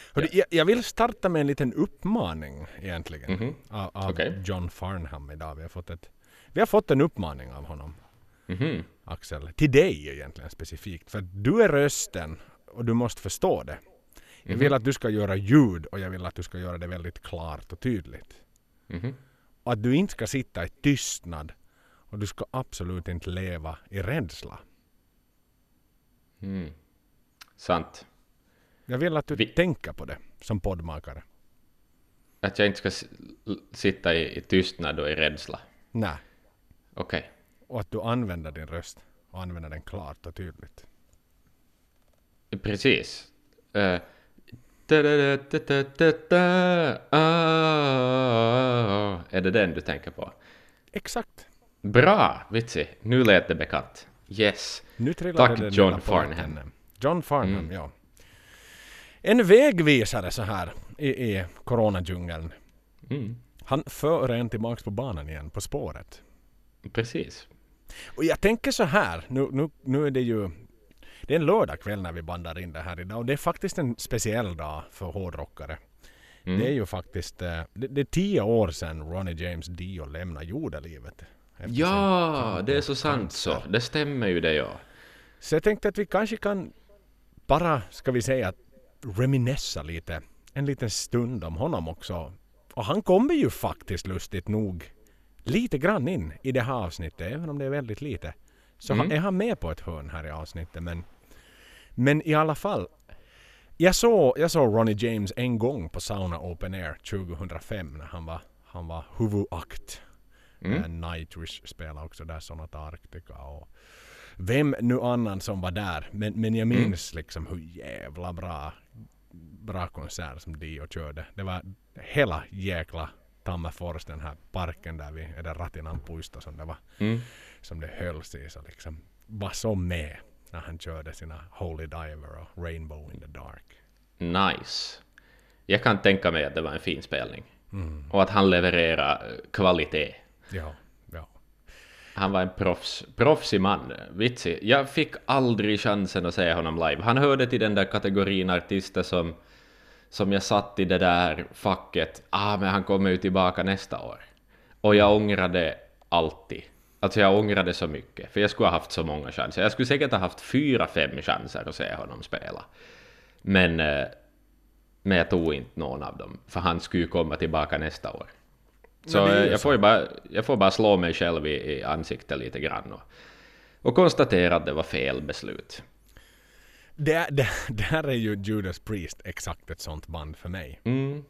Hörru, jag vill starta med en liten uppmaning egentligen av Okej. John Farnham idag. Vi har fått en uppmaning av honom, Axel, till dig egentligen specifikt. För du är rösten och du måste förstå det. Jag vill att du ska göra ljud och jag vill att du ska göra det väldigt klart och tydligt. Och att du inte ska sitta i tystnad och du ska absolut inte leva i rädsla. Sant. Jag vill att du tänker på det som poddmakare. Att jag inte ska sitta i tystnad och i rädsla. Nej. Okej. Och att du använder din röst och använder den klart och tydligt. Precis. Är det den du tänker på? Exakt. Bra, vitsi. Nu lät det bekant. Yes. Nu trillade Tack den John lilla Farnham. polacken. John Farnham, ja. En vägvisare så här i coronadjungeln. Han för en tillbaks på banan igen, på spåret. Precis. Och jag tänker så här, nu är det ju... Det är en lördagkväll när vi bandar in det här idag. Och det är faktiskt en speciell dag för hårdrockare. Det är ju faktiskt... Det är 10 år sedan Ronnie James Dio lämnade jordelivet. Ja, det är så sant så. Det stämmer ju det, ja. Så jag tänkte att vi kanske kan bara, ska vi säga, reminessa lite. En liten stund om honom också. Och han kommer ju faktiskt lustigt nog lite grann in i det här avsnittet. Även om det är väldigt lite. Så är han med på ett hörn här i avsnittet. Men i alla fall. Jag såg Ronnie James en gång på Sauna Open Air 2005 när han var huvudakt. Nightwish spelade också där, Sonata Arctica och vem nu annan som var där. Men jag minns liksom hur jävla bra konsert som Dio körde. Det var hela jäkla Tammerfors, den här parken där vi är där Ratinan puista som det var. Som det hölls i, så liksom var så med när han körde sina Holy Diver och Rainbow in the Dark. Nice. Jag kan tänka mig att det var en fin spelning. Och att han levererar kvalitet. Ja. Han var en proffsig man. Vitsig. Jag fick aldrig chansen att se honom live. Han hörde till den där kategorin artister som jag satt i det där facket. Men han kommer ju tillbaka nästa år. Och jag ångrade alltid. Alltså jag ångrade så mycket. För jag skulle ha haft så många chanser. Jag skulle säkert ha haft 4-5 chanser att se honom spela. Men jag tog inte någon av dem. För han skulle ju komma tillbaka nästa år. Så jag får bara slå mig själv i ansiktet lite grann. Och konstatera att det var fel beslut. Det här är ju Judas Priest exakt ett sånt band för mig.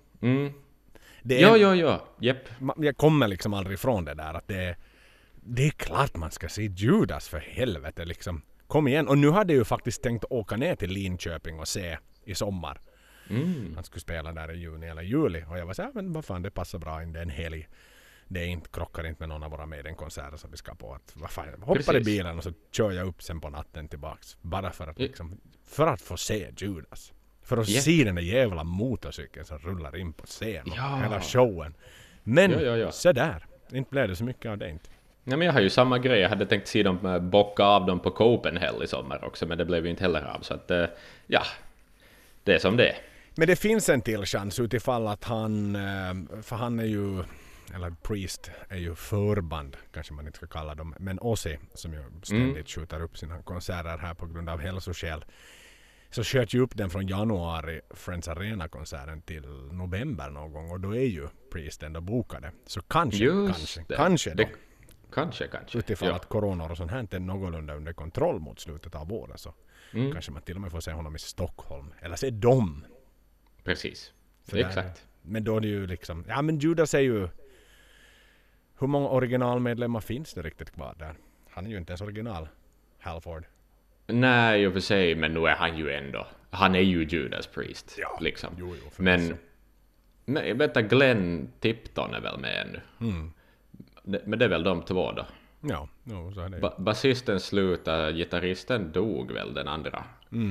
Ja. Japp. Jag kommer liksom aldrig ifrån det där att det är klart man ska se Judas för helvete liksom. Kom igen. Och nu hade jag ju faktiskt tänkt åka ner till Linköping och se i sommar. Han skulle spela där i juni eller juli. Och jag var så här, men vad fan, det passar bra in. Det är en helg. Det är inte, krockar inte med någon av våra Maiden-konserter som vi ska på. Att, vad fan, jag hoppar i bilen och så kör jag upp sen på natten tillbaks. Bara för att liksom, för att få se Judas. För att se den där jävla motorcykeln som rullar in på scen. Hela showen. Men så där. Inte blev det så mycket av det inte. Ja, men jag har ju samma grej. Jag hade tänkt se dem bocka av dem på Copenhagen i sommar också. Men det blev ju inte heller av. Så att, det är som det är. Men det finns en till chans utifall att för han är ju, eller Priest är ju förband, kanske man inte ska kalla dem, men Ozzy som ju ständigt skjuter upp sina konserter här på grund av hälsoskäl, så sköt ju upp den från januari Friends Arena-konserten till november någon gång, och då är ju Priest ändå bokade. Så kanske då. Kanske. Utifall att corona och sånt här inte är någorlunda under kontroll mot slutet av året, så kanske man till och med får se honom i Stockholm. Eller se dem. Precis. Exakt. Men då är det ju liksom... Ja, men Judas är ju... Hur många originalmedlemmar finns det riktigt kvar där? Han är ju inte ens original. Halford. Nej, i och för sig. Men nu är han ju ändå... Han är ju Judas Priest. Ja, liksom. Jo, men vänta, Glenn Tipton är väl med ännu? Men det är väl de två då? Ja, så är det. Basisten slutade, gitarristen dog väl den andra.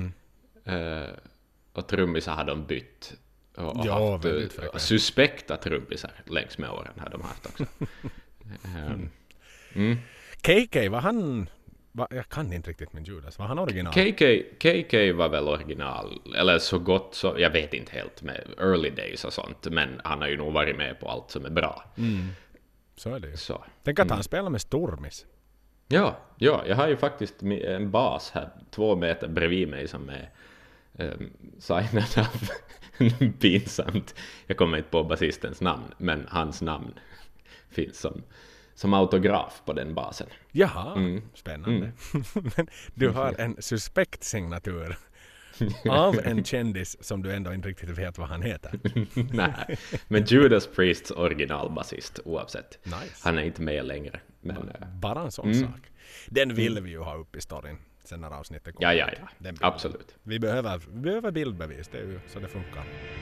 Och trummisar har de bytt. Och haft suspekta trummisar längs med åren har de haft också. KK, var Jag kan inte riktigt med Judas. Var han original? KK var väl original, eller så gott så, jag vet inte helt med early days och sånt, men han har ju nog varit med på allt som är bra. Så är det ju. Så. Tänk att han spelar med Stormis. Ja, jag har ju faktiskt en bas här 2 meter bredvid mig som är signad av pinsamt. Jag kommer inte på basistens namn, men hans namn finns som autograf på den basen. Jaha, spännande. Men du har en suspekt signatur av en kändis som du ändå inte riktigt vet vad han heter. Nej, men Judas Priests originalbasist oavsett. Nice. Han är inte med längre. Men, Bara en sån sak. Den vill vi ju ha upp i storyn sen när avsnittet kommer. Ja. Absolut. Vi behöver bildbevis, det är ju så det funkar.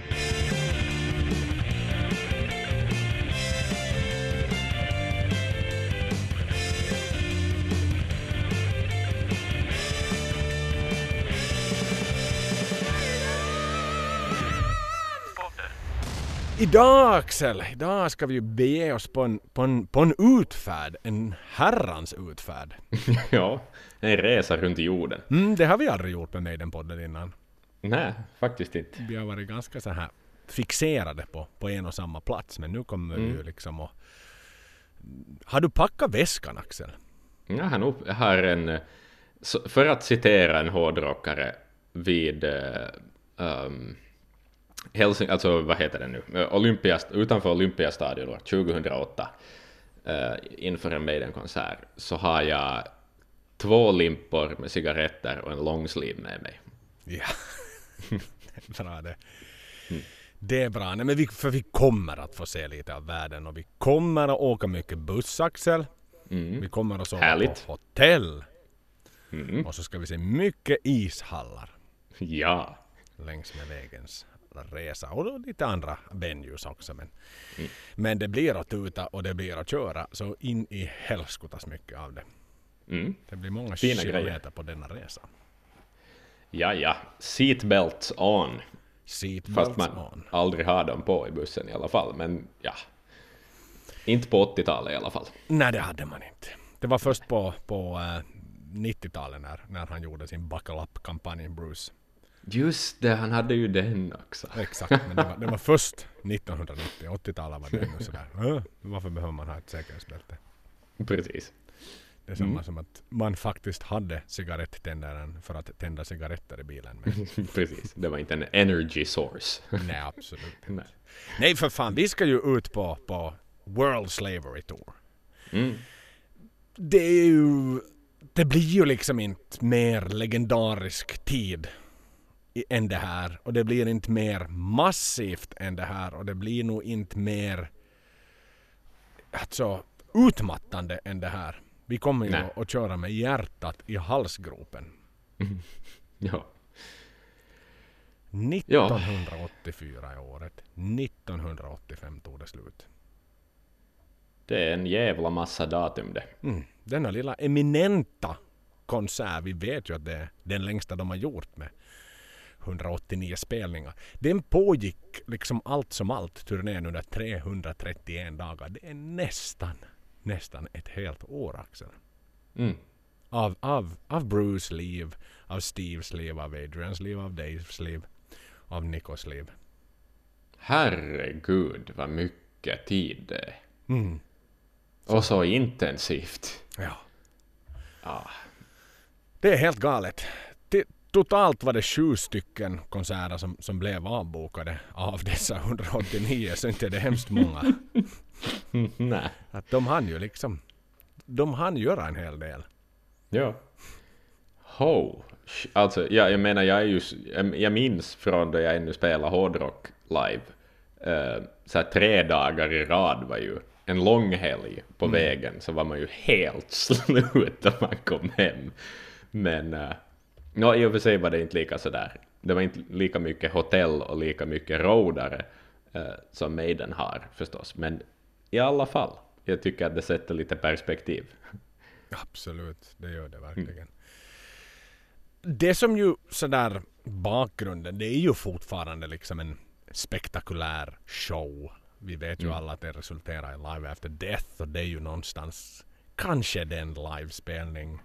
Idag Axel, idag ska vi ju bege oss på en utfärd, en herrans utfärd. Ja, en resa runt jorden. Det har vi aldrig gjort med Maiden-podden innan. Nej, faktiskt inte. Vi har varit ganska så här fixerade på en och samma plats, men nu kommer vi ju liksom och... Har du packat väskan, Axel? Jag har en... För att citera en hårdrockare vid... alltså vad heter det nu? Utanför Olympiastadion 2008 inför en Maiden-konsert så har jag 2 limpor med cigaretter och en longsleeve med mig. Ja, det är bra det. Det är bra. Nej, men vi kommer att få se lite av världen och vi kommer att åka mycket buss, Axel. Vi kommer att sova på hotell. Och så ska vi se mycket ishallar. Ja. Längs med vägens resa och då lite andra venues också, men det blir att tuta och det blir att köra, så in i helskotas mycket av det. Det blir många fina kilometer grejer på denna resa. Ja, seatbelts on. Fast man on. aldrig har dem på i bussen i alla fall, men ja, inte på 80-talet i alla fall. Nej, det hade man inte. Det var först på 90-talet när han gjorde sin Buckle Up-kampanj, Bruce. Just det, han hade ju den också. Exakt, men det var först 1990. 80-talet var det nu sådär. Varför behöver man ha ett säkerhetsbälte? Precis. Det är samma som att man faktiskt hade cigarettändaren för att tända cigaretter i bilen. Men... Precis, det var inte en energy source. Nej, absolut inte. Nej, för fan, vi ska ju ut på World Slavery Tour. Det blir ju liksom inte mer legendarisk tid än det här, och det blir inte mer massivt än det här, och det blir nog inte mer utmattande än det här. Vi kommer ju att köra med hjärtat i halsgropen. Ja. 1984 är året. 1985 tog det slut. Det är en jävla massa datum det. Denna lilla eminenta konsert, vi vet ju att det är den längsta de har gjort med 189 spelningar. Den pågick liksom allt som allt, turnén under 331 dagar. Det är nästan ett helt år, Axel. Av Bruce liv, av Steves liv, av Adrians liv, av Daves liv, av Nikos liv. Herregud, vad mycket tid det är. Och så intensivt. Ja. Det är helt galet. Totalt var det 7 stycken konserter som blev avbokade av dessa 189, så inte är det hemskt många. Nej. Att de hann göra en hel del. Ja. Alltså, jag menar, jag minns från då jag ännu spelade hårdrock live. Så här 3 dagar i rad var ju en lång helg på vägen, så var man ju helt slut när man kom hem. Men i och för sig var det inte lika sådär. Det var inte lika mycket hotell och lika mycket roadare som Maiden har förstås. Men i alla fall, jag tycker att det sätter lite perspektiv. Absolut, det gör det verkligen. Det som ju sådär bakgrunden, det är ju fortfarande liksom en spektakulär show. Vi vet ju alla att det resulterar i Live After Death, och det är ju någonstans kanske den livespelning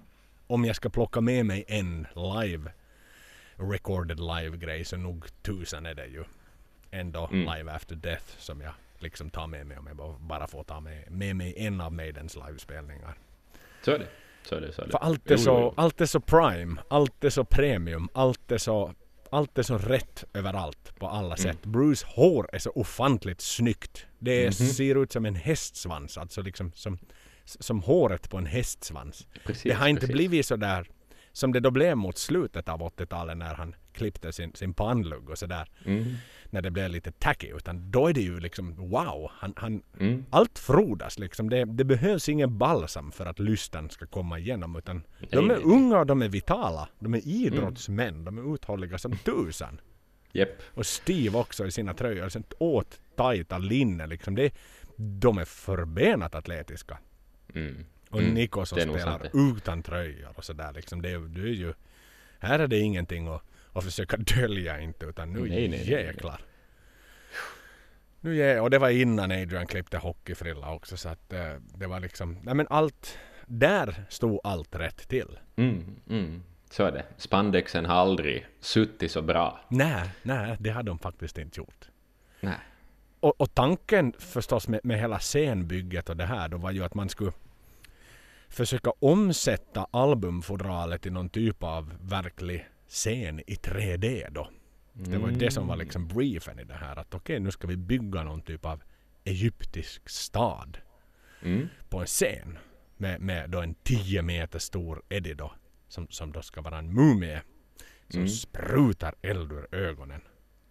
om jag ska plocka med mig en recorded live-grej så nog 1000 är det ju ändå Live After Death som jag liksom tar med mig om jag bara får ta med mig en av Maidens livespelningar. Så är det. För allt är så prime, allt är så premium, allt är så rätt överallt på alla sätt. Bruce hår är så ofantligt snyggt. Det ser ut som en hästsvans, alltså liksom som håret på en hästsvans. Precis, det har inte blivit så där som det då blev mot slutet av 80-talet när han klippte sin pannlugg och sådär. När det blev lite tacky, utan då är det ju liksom wow, allt frodas liksom. Det behövs ingen balsam för att lysten ska komma igenom, utan de är unga och de är vitala. De är idrottsmän, de är uthålliga som tusan. Yep. Och Steve också i sina tröjor, sen åt tajta linne liksom. De är förbenat atletiska. Och Nico som spelar utan tröjor och sådär liksom. Det är ju, här är det ingenting att försöka dölja inte, utan nu jäklar. Och det var innan Adrian klippte hockeyfrilla också, så att det var liksom, nej men allt, där stod allt rätt till. Så är det. Spandexen har aldrig suttit så bra. Nej, det har de faktiskt inte gjort. Nej. Och tanken förstås med hela scenbygget och det här då var ju att man skulle försöka omsätta albumfodralet i någon typ av verklig scen i 3D då. Det var ju det som var liksom briefen i det här, att okej, nu ska vi bygga någon typ av egyptisk stad på en scen med då en 10 meter stor Eddie då, som då ska vara en mumie som sprutar eld ur ögonen.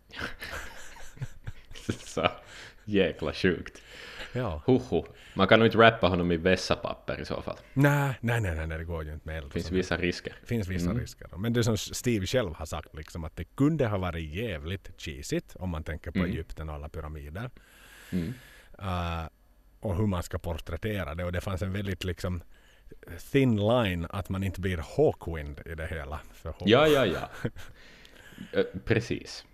Så jäkla sjukt. Ja. Man kan nog inte rappa honom i vässapapper i så fall. Nej, det går ju inte med eld. Det finns vissa risker. Risker. Men det som Steve själv har sagt liksom, att det kunde ha varit jävligt cheesigt om man tänker på Egypten och alla pyramider. Och hur man ska porträttera det. Och det fanns en väldigt liksom thin line att man inte blir Hawkwind i det hela. Ja. Precis.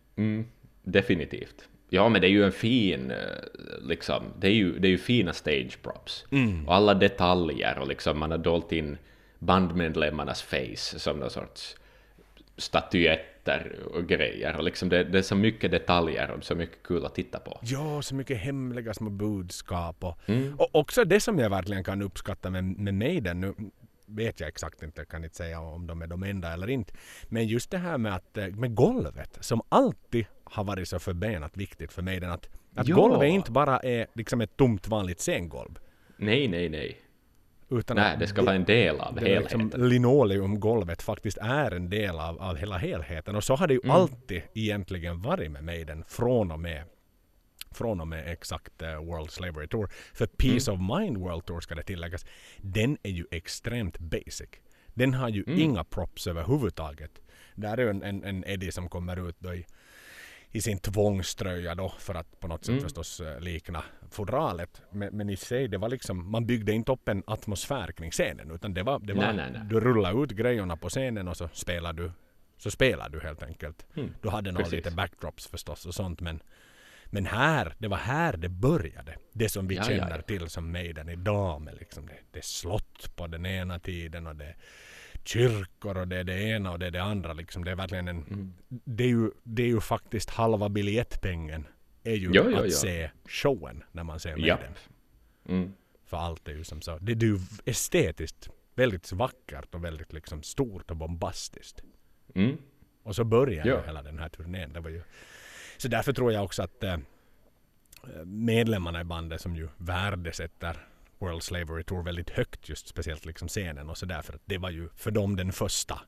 Definitivt. Ja, men det är ju en fin liksom, det är ju fina stage props. Och alla detaljer, och liksom man har dolt in bandmedlemmarnas face som någon sorts statyetter och grejer, och liksom det är så mycket detaljer och så mycket kul att titta på. Ja, så mycket hemliga små budskap och också det som jag verkligen kan uppskatta med Maiden, nu vet jag exakt inte, jag kan inte säga om de är de enda eller inte, men just det här med golvet som alltid har varit så förbenat viktigt för Maiden, att golvet inte bara är liksom ett tomt vanligt scengolv. Nej. Utan det ska vara en del av helheten. Liksom linoleumgolvet faktiskt är en del av hela helheten. Och så har det ju alltid egentligen varit med Maiden från och med exakt World Slavery Tour. För Peace of Mind World Tour ska det tilläggas. Den är ju extremt basic. Den har ju inga props överhuvudtaget. Där är ju en Eddie som kommer ut då i sin tvångströja då, för att på något sätt förstås likna fodralet. Men i sig, det var liksom, man byggde inte upp en atmosfär kring scenen, utan det var nej. Du rullade ut grejerna på scenen och så spelar du helt enkelt. Du hade nog lite backdrops förstås och sånt, men det var här det började. Det som vi känner till som Maiden idag, med liksom det är slott på den ena tiden och det kyrkor och det är det ena och det är det andra liksom. Det är verkligen det är ju faktiskt halva biljettpengen är ju att se showen när man ser Maiden. För allt är ju som så. Det är ju estetiskt väldigt vackert och väldigt liksom stort och bombastiskt. Och så börjar ju hela den här turnén. Det var ju, så därför tror jag också att medlemmarna i bandet som ju värdesätter World Slavery Tour väldigt högt, just speciellt liksom scenen och så där, för att det var ju för dem den första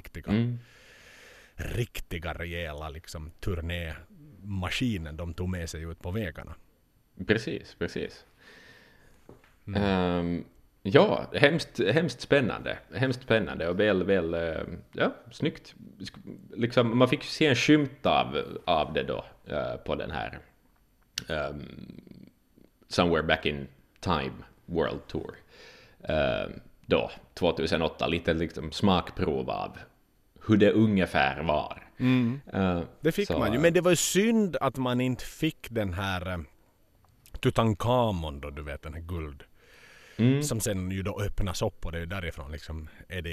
riktiga rejäla liksom turnémaskinen de tog med sig ut på vägarna. Precis. Ja, hemskt spännande och väl snyggt. Liksom, man fick se en skymt av det då på den här Somewhere Back in Time World Tour då 2008, lite liksom smakprov av hur det ungefär var. Det fick man ju, men det var synd att man inte fick den här Tutankhamon då, du vet, den här guld som sen ju då öppnas upp och det är därifrån liksom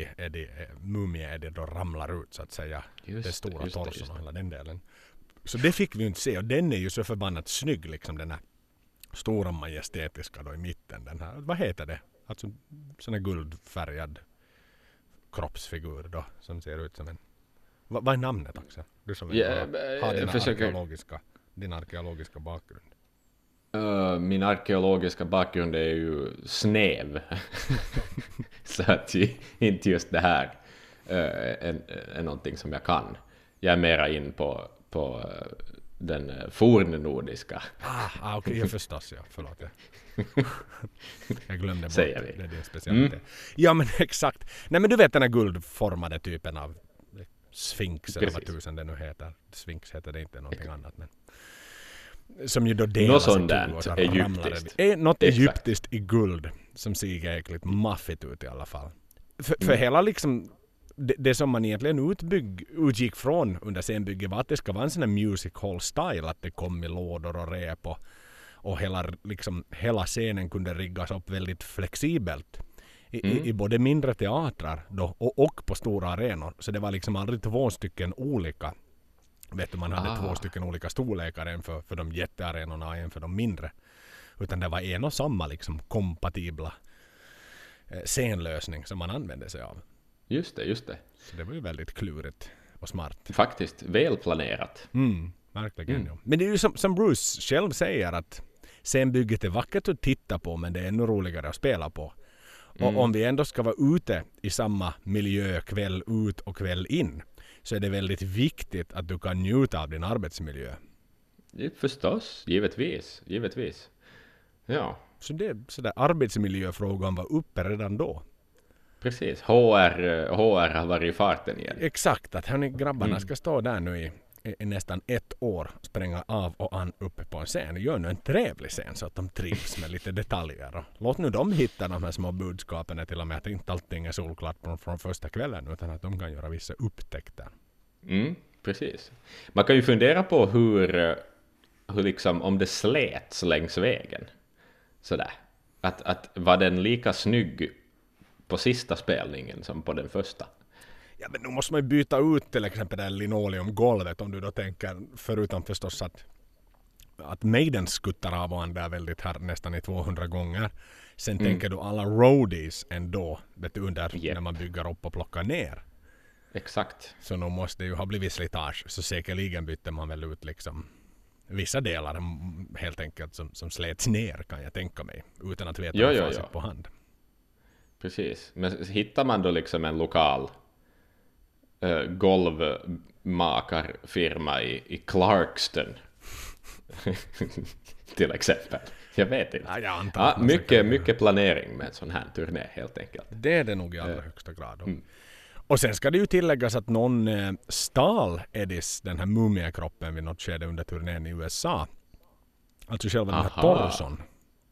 Mumie Eddie då ramlar ut så att säga. Det stora torson och hela den delen. Så det fick vi inte se och den är ju så förbannat snygg liksom den här stora majestätiska då i mitten. Den här, vad heter det? Alltså sån här guldfärgad kroppsfigur då som ser ut som en... Vad är namnet också? Du som har din arkeologiska bakgrund. Min arkeologiska bakgrund är ju snäv. Så att inte just det här är någonting som jag kan. Jag är mera in på den fornnordiska. Okej, jag förstås, ja. Förlåt. Jag glömde bort säger vi. Det är din specialitet. Ja, men exakt. Nej, men du vet den här guldformade typen av Sphinx eller vad tusen det nu heter. Sphinx heter det inte någonting annat, men som ju då delas i två. Egyptiskt. Något egyptiskt i guld som ser jäkligt maffigt ut i alla fall. För hela liksom det som man egentligen utgick från under scenbygget var att det ska vara en sån här music hall style, att det kom i lådor och rep och hela scenen kunde riggas upp väldigt flexibelt i både mindre teatrar då, och på stora arenor. Så det var liksom aldrig två stycken olika. Vet du, man hade två stycken olika storlekar, en för de jättearenorna och en för de mindre. Utan det var en och samma liksom kompatibla scenlösning som man använde sig av. Just det. Så det var ju väldigt klurigt och smart. Faktiskt, välplanerat. Verkligen, ja. Men det är ju som Bruce själv säger att scenbygget är vackert att titta på, men det är ännu roligare att spela på. Och om vi ändå ska vara ute i samma miljö kväll ut och kväll in, så är det väldigt viktigt att du kan njuta av din arbetsmiljö. Förstås, givetvis. Ja. Så det sådär arbetsmiljöfrågan var uppe redan då. Precis, HR har varit i farten igen. Exakt, att hörni, grabbarna ska stå där nu i nästan 1 år, spränga av och an uppe på en scen. Gör nu en trevlig scen så att de trivs med lite detaljer. Och låt nu dem hitta de här små budskapen till och med att inte allting är solklart från första kvällen, utan att de kan göra vissa upptäckter. Precis. Man kan ju fundera på hur liksom, om det släts längs vägen. Sådär. Att var den lika snygg på sista spelningen som på den första? Ja, men nu måste man ju byta ut till exempel det här linoleumgolvet, om du då tänker, förutom förstås att Maiden skuttar av och an där väldigt här nästan i 200 gånger. Sen tänker du alla roadies ändå, vet du, när man bygger upp och plockar ner. Exakt. Så nu måste det ju ha blivit slitage, så säkerligen bytte man väl ut liksom vissa delar helt enkelt som släts ner, kan jag tänka mig, utan att veta facit på hand. Precis, men hittar man då liksom en lokal golvmakarfirma i Clarkston till exempel. Jag vet inte. Ja, jag antar mycket planering med en sån här turné helt enkelt. Det är det nog i allra högsta grad. Och sen ska det ju tilläggas att någon stal Eddies den här mumiekroppen vid något skede under turnén i USA. Alltså själva den här torson.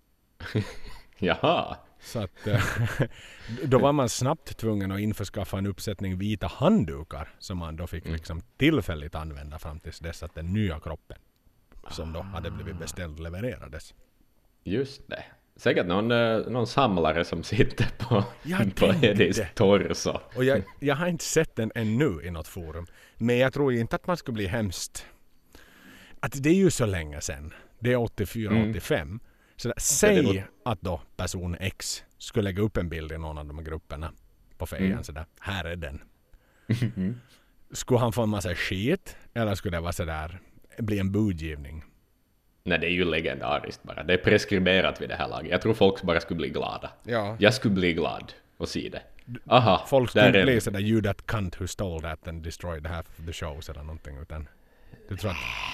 Jaha. Så att då var man snabbt tvungen att införskaffa en uppsättning vita handdukar som man då fick liksom tillfälligt använda fram tills dess att den nya kroppen som då hade blivit beställd levererades. Just det. Säkert någon samlare som sitter på Eddies torso. Och jag har inte sett den ännu i något forum. Men jag tror inte att man skulle bli hemskt. Att det är ju så länge sedan. Det är 84-85. Så säg att då person X skulle lägga upp en bild i någon av de här grupperna på fejan sådär. Här är den. Skulle han få en massa skit? Eller skulle det vara sådär, bli en budgivning? Nej, det är ju legendariskt bara. Det är preskriberat vid det här laget. Jag tror folk bara skulle bli glada. Ja. Jag skulle bli glad och se det. Aha, folk skulle bli sådär, you that cunt who stole that and destroyed half of the shows eller någonting, utan du tror att...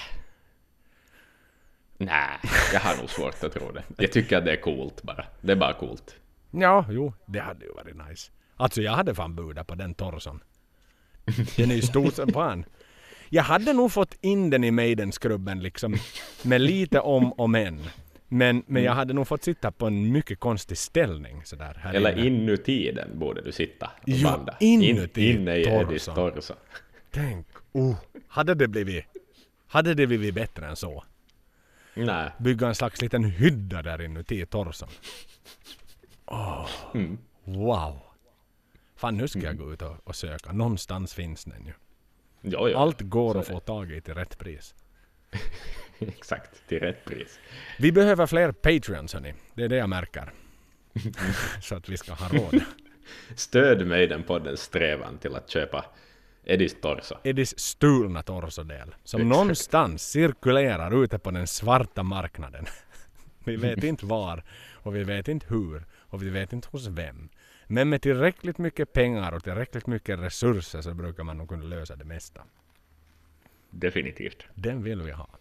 Nej, jag har nog svårt att tro det. Jag tycker att det är coolt bara. Det är bara coolt. Ja, jo, det hade ju varit nice. Alltså jag hade fan budat på den torson. Den är ju stor som fan. Jag hade nog fått in den i Maiden-skrubben liksom med lite om och men. Men jag hade nog fått sitta på en mycket konstig ställning sådär här. Eller inuti den borde du sitta och banda. Inne i Eddies torso. Tänk, hade det blivit bättre än så? Nej. Bygga en slags liten hydda där inuti torson. Wow. Fan, nu ska jag gå ut och söka. Någonstans finns den ju. Jo, Allt går så att är få tag i till rätt pris. Exakt, till rätt pris. Vi behöver fler Patreons, hörni. Det är det jag märker. Så att vi ska ha råd. Stöd mig den poddens strävan till att köpa Edis torso. Edis stulna torsodel. Som någonstans cirkulerar ute på den svarta marknaden. Vi vet inte var. Och vi vet inte hur. Och vi vet inte hos vem. Men med tillräckligt mycket pengar och tillräckligt mycket resurser så brukar man nog kunna lösa det mesta. Definitivt. Den vill vi ha.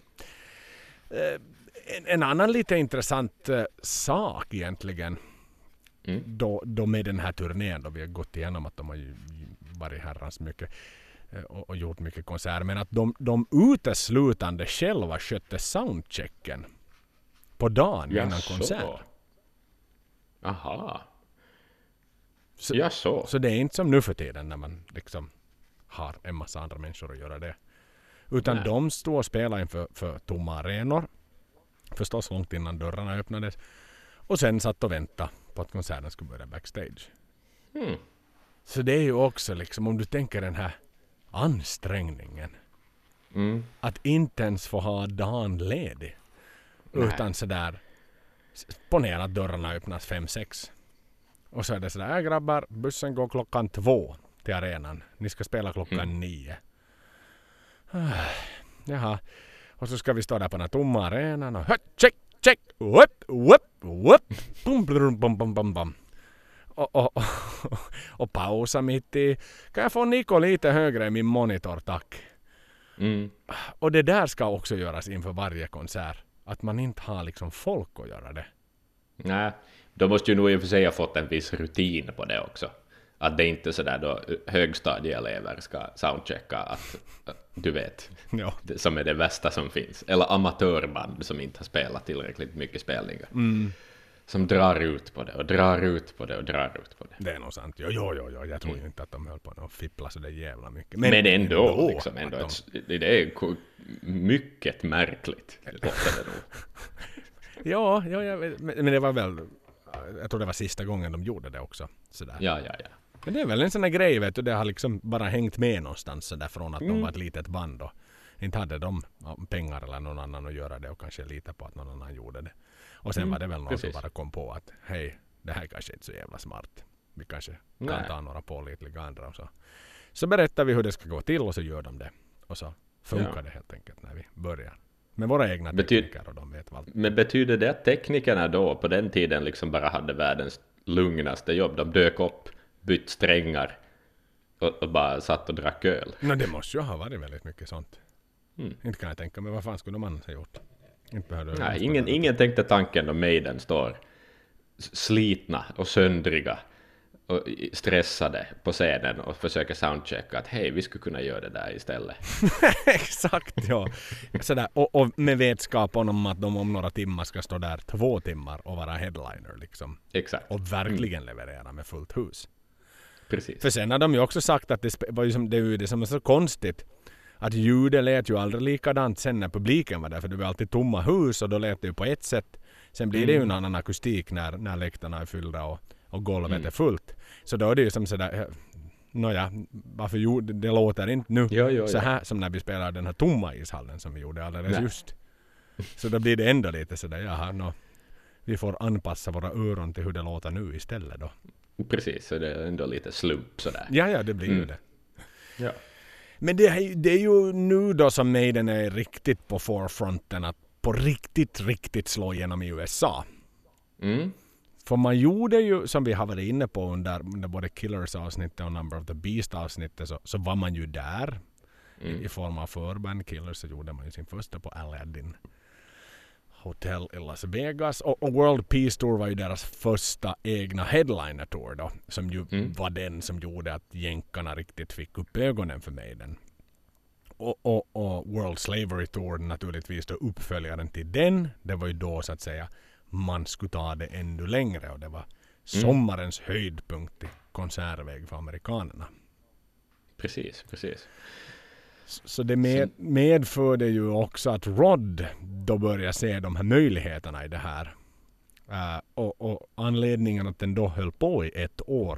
En annan lite intressant sak egentligen. Då med den här turnén då vi har gått igenom att de har ju varit herrans mycket och gjort mycket konserter. Men att de uteslutande själva skötte soundchecken på dagen innan konsert. Aha. Så det är inte som nu för tiden när man liksom har en massa andra människor att göra det. Utan de står och spelar inför för tomma arenor. Förstås långt innan dörrarna öppnades. Och sen satt och väntade på att konserten skulle börja backstage. Så det är ju också liksom, om du tänker den här ansträngningen. Att inte ens få ha dagen ledig. Utan sådär, ponera att dörrarna öppnas 5-6. Och så är det sådär, grabbar, bussen går 2:00 till arenan. Ni ska spela 9:00. Jaha. Och så ska vi stå där på den tomma arenan och check, check, whoop, whoop, whoop, bum, bum, bum, bum, bum, bum. Och pausa mitt i. Kan jag få Niko lite högre i min monitor, tack. Och det där ska också göras inför varje konsert. Att man inte har liksom folk att göra det. Nej, då måste ju nog i och för sig ha fått en viss rutin på det också. Att det inte är sådär då högstadieelever ska soundchecka att du vet, det som är det värsta som finns. Eller amatörband som inte har spelat tillräckligt mycket spelningar. Som drar ut på det och drar ut på det och drar ut på det. Det är nog sant. Jo. Jag tror ju inte att de höll på att fippla så det jävla mycket. Men ändå liksom, det är mycket märkligt. Ja, men det var väl, jag tror det var sista gången de gjorde det också. Sådär. Ja. Men det är väl en sån här grej, vet du, det har liksom bara hängt med någonstans sådär från att de var ett litet band och inte hade de pengar eller någon annan att göra det och kanske lita på att någon annan gjorde det. Och sen var det väl någon som bara kom på att hej, det här kanske inte är så jävla smart. Vi kanske kan ta några pålitliga andra och så. Så berättar vi hur det ska gå till och så gör de det. Och så funkar det helt enkelt när vi börjar. Med våra egna tekniker och de vet vad. Men betyder det att teknikerna då på den tiden liksom bara hade världens lugnaste jobb? De dök upp, bytt strängar och bara satt och drack öl? Det måste ju ha varit väldigt mycket sånt. Inte kan jag tänka mig, vad fan skulle de annars ha gjort? Nej, ingen tänkte tanken då Maiden står slitna och söndriga och stressade på scenen och försöker soundchecka att hej, vi skulle kunna göra det där istället. Exakt, ja. Sådär, och med vetskap om att de om några timmar ska stå där 2 timmar och vara headliner liksom. Exakt. Och verkligen leverera med fullt hus. Precis. För sen har de ju också sagt att det var ju som det som är så konstigt att ljudet lät ju aldrig likadant sen när publiken var där, för det var alltid tomma hus och då lät det ju på ett sätt. Sen blir det ju en annan akustik när läktarna är fyllda och golvet är fullt. Så då är det ju som sådär, varför det låter inte nu så här som när vi spelar den här tomma ishallen som vi gjorde alldeles just. Så då blir det ändå lite sådär, vi får anpassa våra öron till hur det låter nu istället då. Precis, så det är ändå lite slump sådär. Ja, det blir ju det. Ja. Men det är ju nu då som Maiden är riktigt på forefronten att på riktigt slå igenom i USA. För man gjorde ju, som vi har varit inne på under både Killers-avsnittet och Number of the Beast-avsnittet, så var man ju där i form av förband. Killers, så gjorde man ju sin första på Aladdin Hotel i Las Vegas. Och World Peace Tour var ju deras första egna headliner-tour då, som ju var den som gjorde att jänkarna riktigt fick upp ögonen för Maiden. Och World Slavery Tour naturligtvis då uppföljaren till den. Det var ju då så att säga man skulle ta det ännu längre och det var sommarens höjdpunkt i konsertväg för amerikanerna. Precis. Så det medförde ju också att Rod då började se de här möjligheterna i det här. Och anledningen att den då höll på i 1 år.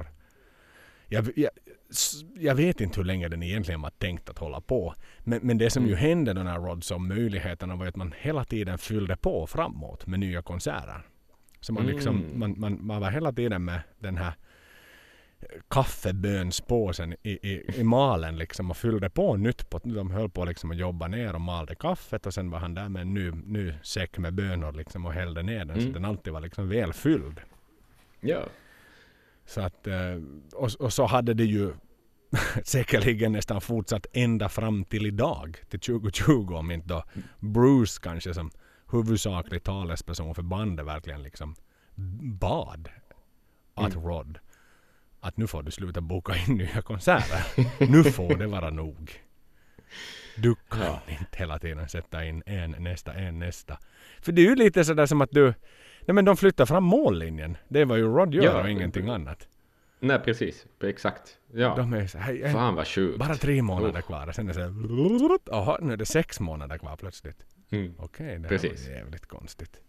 Jag vet inte hur länge den egentligen var tänkt att hålla på. Men det som ju hände då när Rod såg möjligheterna var att man hela tiden fyllde på framåt med nya konserter. Så man liksom, man var hela tiden med den här kaffebönspåsen i malen liksom och fyllde på nytt på. De höll på liksom att jobba ner och malde kaffet och sen var han där med en ny säck med bönor liksom och hällde ner den så den alltid var liksom väl fylld. Ja. Så att, och så hade det ju säkerligen nästan fortsatt ända fram till idag, till 2020 om inte då Bruce kanske som huvudsaklig talesperson för bandet verkligen liksom bad att Rod att nu får du sluta boka in nya konserter. Nu får det vara nog. Du kan inte hela tiden sätta in en nästa. För det är ju lite sådär som att men de flyttar fram mållinjen. Det var ju Rod gör och ingenting annat. Nej, precis. Exakt. Ja. De är så, fan vad sjukt. Bara 3 månader kvar. Sen är det så nu är det 6 månader kvar plötsligt. Okej, det är jävligt konstigt.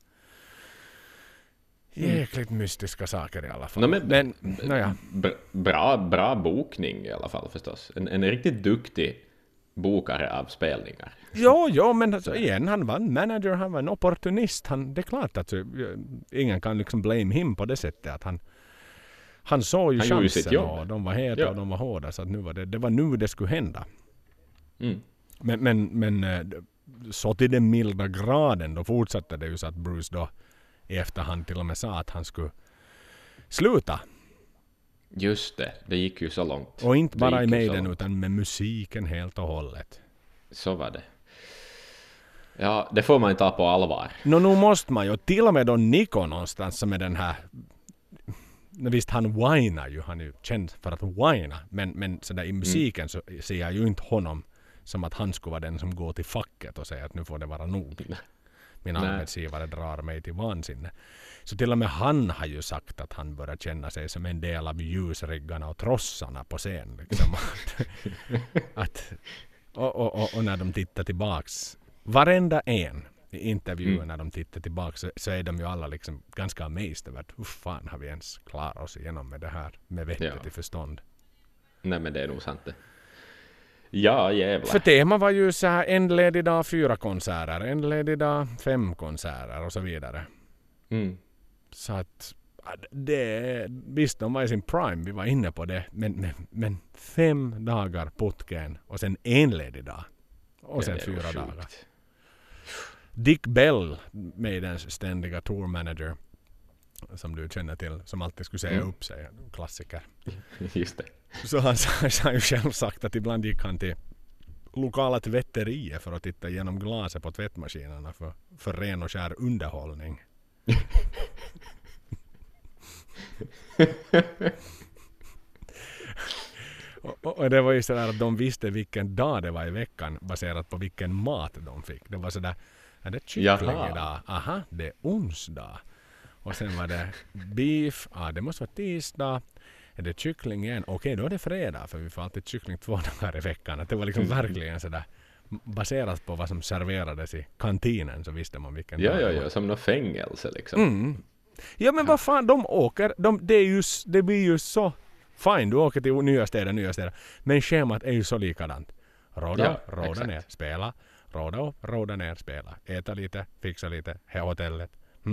Jäkligt mystiska saker i alla fall. Men bra bokning i alla fall förstås. En riktigt duktig bokare av spelningar. Ja, men alltså, igen, han var en manager, han var en opportunist. Det är klart att ingen kan liksom blame him på det sättet att han såg ju chansen och de var heta och de var hårda så att nu var det var nu det skulle hända. Men så till den milda graden då fortsatte det ju så att Bruce då i efterhand till och med sa att han skulle sluta. Just det gick ju så långt. Och inte bara i Maiden utan med musiken helt och hållet. Så var det. Ja, det får man inte ta på allvar. Nu måste man ju, till och med då Nico någonstans som är den här, visst han whinar ju, han är ju känd för att whina, men så där i musiken så ser jag ju inte honom som att han skulle vara den som går till facket och säger att nu får det vara nog. Min arbetsgivare drar mig till vansinne. Så till och med han har ju sagt att han börjar känna sig som en del av ljusriggarna och trossarna på scen. Liksom. Och när de tittar tillbaks, varenda en i intervjun när de tittar tillbaks så är de ju alla liksom ganska amazed över att hur fan har vi ens klarat oss igenom med det här med vettet i förstånd. Nej, men det är nog sant det. Ja, jävlar. För tema var ju så här en ledig dag 4 konserter, en ledig dag 5 konserter och så vidare. Så att visst de var i sin prime, vi var inne på det, men 5 dagar putken och sen en ledig dag och sen 4 dagar. Dick Bell, Maidens ständiga tourmanager som du känner till, som alltid skulle säga upp sig, klassiker. Just det. Så han har ju själv sagt att ibland gick han till lokala tvätterier för att titta igenom glaset på tvättmaskinerna för ren och skär underhållning. och det var ju sådär att de visste vilken dag det var i veckan baserat på vilken mat de fick. Det var sådär, är det kyckling idag? Aha, det är onsdag. Och sen var det beef, det måste vara tisdag. Är det kyckling igen? Okej, då är det fredag för vi får alltid kyckling 2 dagar i veckan. Att det var liksom verkligen sådär baserat på vad som serverades i kantinen så visste man vilken dag. Ja, som något fängelse liksom. Ja, men vad fan, de åker, det blir ju så fine, du åker till nya städer. Men schemat är ju så likadant. Råda ner, spela. Råda ner, spela. Äta lite, fixa lite, hotellet.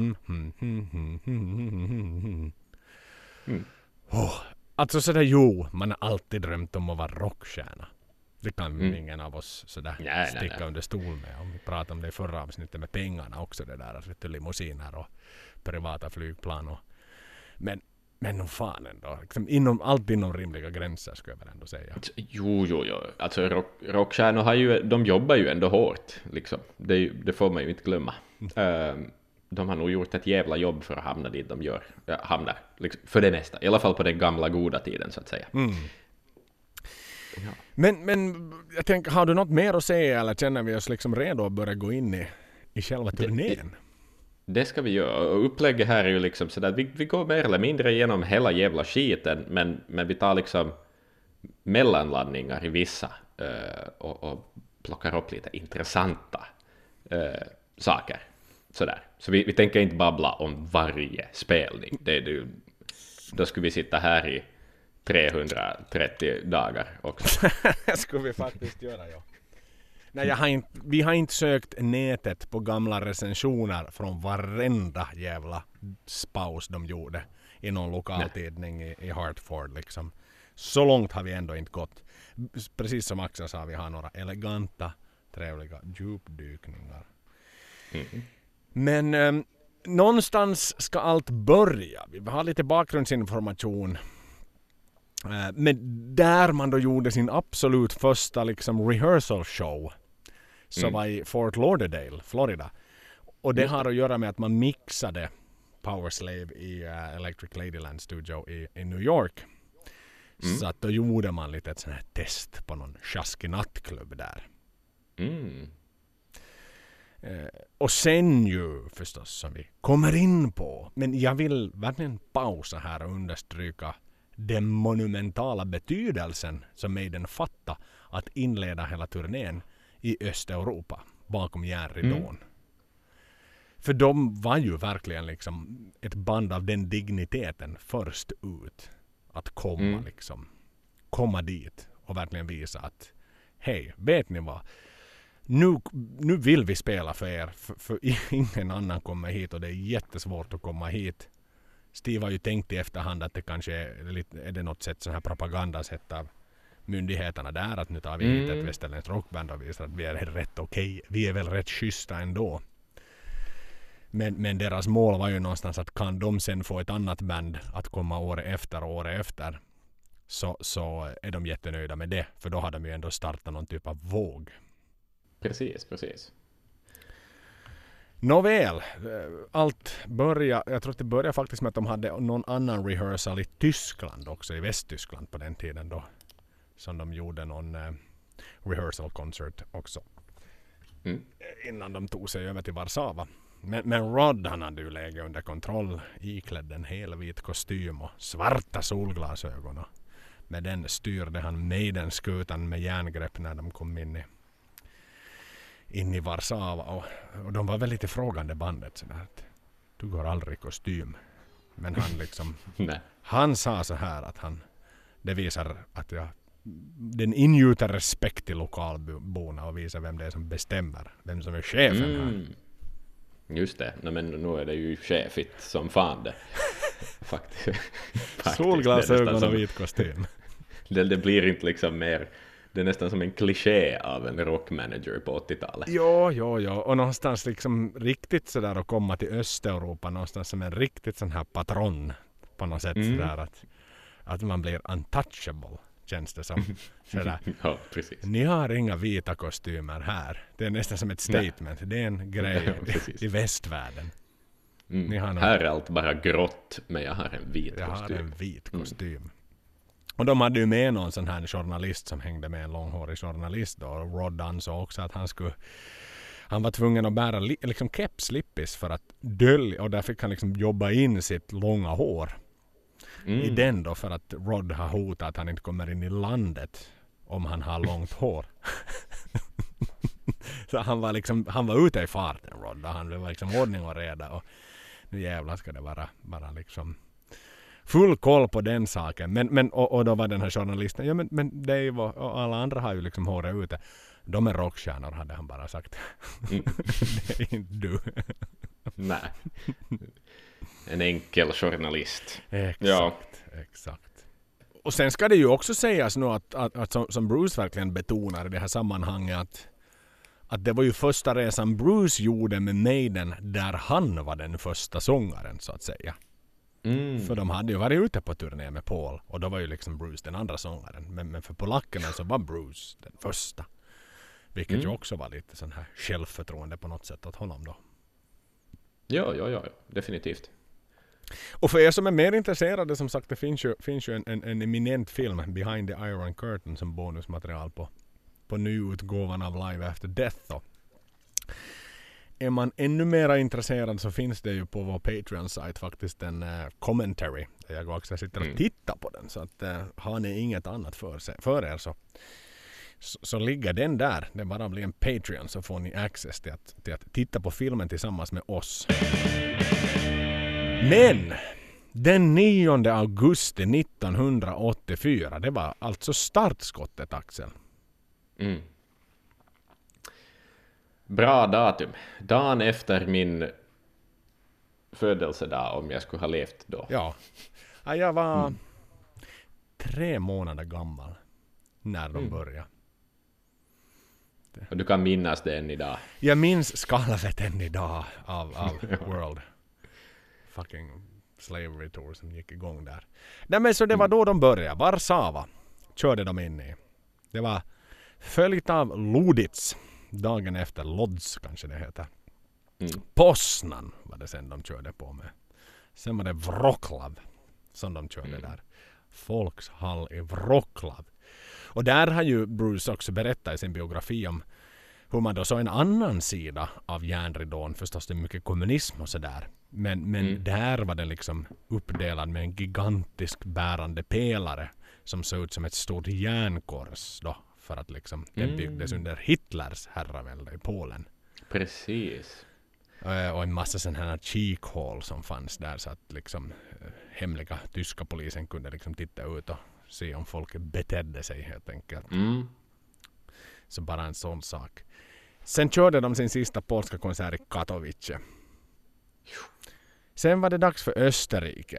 Alltså sådär, man har alltid drömt om att vara rockstjärna. Det kan ingen av oss sådär sticka under stol med. Om vi pratade om det i förra avsnittet med pengarna också, det där att limousiner och privata flygplan och men nog fan ändå. Liksom allt inom rimliga gränser skulle jag väl ändå säga. Jo. Alltså rockstjärnor de jobbar ju ändå hårt liksom. Det får man ju inte glömma. De har nog gjort ett jävla jobb för att hamna dit de hamnar liksom, för det mesta. I alla fall på den gamla goda tiden så att säga. Ja. Men jag tänker, har du något mer att säga eller känner vi oss liksom redo att börja gå in i själva turnén? Det ska vi göra. Och upplägget här är ju liksom sådär att vi går mer eller mindre igenom hela jävla skiten men vi tar liksom mellanlandningar i vissa och plockar upp lite intressanta saker. sådär. Så vi tänker inte babbla om varje spelning. Då skulle vi sitta här i 330 dagar också. Det skulle vi faktiskt göra, ja. Nej, vi har inte sökt nätet på gamla recensioner från varenda jävla spaus de gjorde i någon lokaltidning i Hartford liksom. Så långt har vi ändå inte gått. Precis som Axel sa, vi har några eleganta, trevliga djupdykningar. Men någonstans ska allt börja. Vi har lite bakgrundsinformation. Men där man då gjorde sin absolut första liksom rehearsal show, så var i Fort Lauderdale, Florida. Och det har att göra med att man mixade Powerslave i Electric Ladyland Studio i New York. Så att då gjorde man lite ett sånt här test på någon sjaskig nattklubb där. Och sen ju förstås som vi kommer in på. Men jag vill verkligen pausa här och understryka den monumentala betydelsen som Maiden fatta att inleda hela turnén i Östeuropa bakom järnridån. För de var ju verkligen liksom ett band av den digniteten först ut att komma dit och verkligen visa att hej, vet ni vad? Nu vill vi spela för er, för ingen annan kommer hit och det är jättesvårt att komma hit. Steve har ju tänkt i efterhand att det kanske är det något sätt, sån här propagandasätt av myndigheterna där, att nu tar vi hit ett västerländskt rockband och visar att vi är rätt okej. Vi är väl rätt schyssta ändå. Men deras mål var ju någonstans att kan de sen få ett annat band att komma år efter så är de jättenöjda med det, för då har de ju ändå startat någon typ av våg. Precis. Nåväl, allt börjar, jag tror att det började faktiskt med att de hade någon annan rehearsal i Tyskland också, i Västtyskland på den tiden då, som de gjorde någon rehearsal concert också. Innan de tog sig över till Warszawa. Men Rod, han hade ju läget under kontroll, iklädd en helvit kostym och svarta solglasögon. Och med den styrde han Maiden-skutan med järngrepp när de kom in i Warszawa. Och de var väl lite frågande bandet sådär att du går aldrig i kostym. Men han liksom han sa så här att det visar att den ingjuter respekt till lokalborna och visar vem det är som bestämmer, vem som är chefen här. Just det, men nu är det ju chefigt som fan det. Faktiskt. Solglasögon och vit kostym. Det blir inte liksom mer, det är nästan som en kliché av en rockmanager på 80-talet. Ja. Och någonstans liksom riktigt sådär att komma till Östeuropa någonstans som en riktigt sån här patron på något sätt sådär att man blir untouchable, känns det som. Sådär. Ja, precis. Ni har inga vita kostymer här. Det är nästan som ett statement. Det är en grej i västvärlden. Här är allt bara grått, men jag har en vit kostym. Jag har en vit kostym. Och de hade ju med någon sån här journalist som hängde med, en långhårig journalist då. Och Rod ansåg också att han var tvungen att bära liksom kepslippis för att dölja, och där fick han liksom jobba in sitt långa hår i den då, för att Rod har hotat att han inte kommer in i landet om han har långt hår. Så han var ute i farten, Rod. Han var liksom ordning och reda, och nu jävlar ska det vara liksom full koll på den saken. Men då var den här journalisten, ja men Dave och alla andra har ju liksom håret ute. De är rockstjärnor, hade han bara sagt. Det är inte du. Nej. En enkel journalist. Exakt. Och sen ska det ju också sägas nu att som Bruce verkligen betonar i det här sammanhanget, att det var ju första resan Bruce gjorde med Maiden där han var den första sångaren, så att säga. För de hade ju varit ute på turné med Paul, och då var ju liksom Bruce den andra sångaren. Men för polackerna så var Bruce den första. Vilket ju också var lite sån här självförtroende på något sätt åt honom då. Ja, definitivt. Och för er som är mer intresserade, som sagt, det finns ju en eminent film, Behind the Iron Curtain, som bonusmaterial på nyutgåvan av Live After Death då. Är man ännu mer intresserad så finns det ju på vår Patreon-sajt faktiskt en commentary där jag också sitter och tittar på den, så att har ni inget annat för er så ligger den där. Det bara blir en Patreon så får ni access till att titta på filmen tillsammans med oss. Men den 9 augusti 1984, det var alltså startskottet, Axel. Mm. Bra datum. Dagen efter min födelsedag, om jag skulle ha levt då. Ja, jag var 3 månader gammal när de började. Och du kan minnas det än idag. Jag minns skalvet än idag av World fucking Slavery Tour som gick igång där. Nej, men så det var då de började. Warszawa körde de in i. Det var följt av Loditz. Dagen efter Lodz kanske det heter. Poznan var det sen de körde på med. Sen var det Wroclaw som de körde där. Folkshall i Wroclaw. Och där har ju Bruce också berättat i sin biografi om hur man då såg en annan sida av järnridån. Förstås det är mycket kommunism och sådär. Men där var den liksom uppdelad med en gigantisk bärande pelare som såg ut som ett stort järnkors då. För att liksom den byggdes under Hitlers herravälde i Polen. Precis. Och en massa sådana här cheekhål som fanns där så att liksom hemliga tyska polisen kunde liksom titta ut och se om folk betedde sig helt enkelt. Så bara en sån sak. Sen körde de sin sista polska konsert i Katowice. Sen var det dags för Österrike.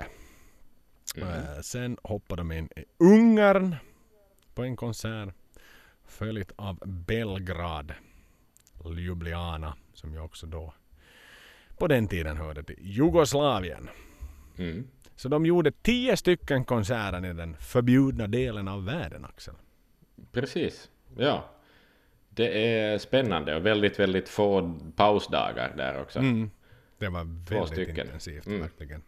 Sen hoppade de in i Ungern på en konsert. Följt av Belgrad, Ljubljana, som ju också då på den tiden hörde till Jugoslavien. Så de gjorde 10 stycken konserter i den förbjudna delen av världen, Axel. Precis, ja. Det är spännande och väldigt, väldigt få pausdagar där också. Det var väldigt intensivt, verkligen.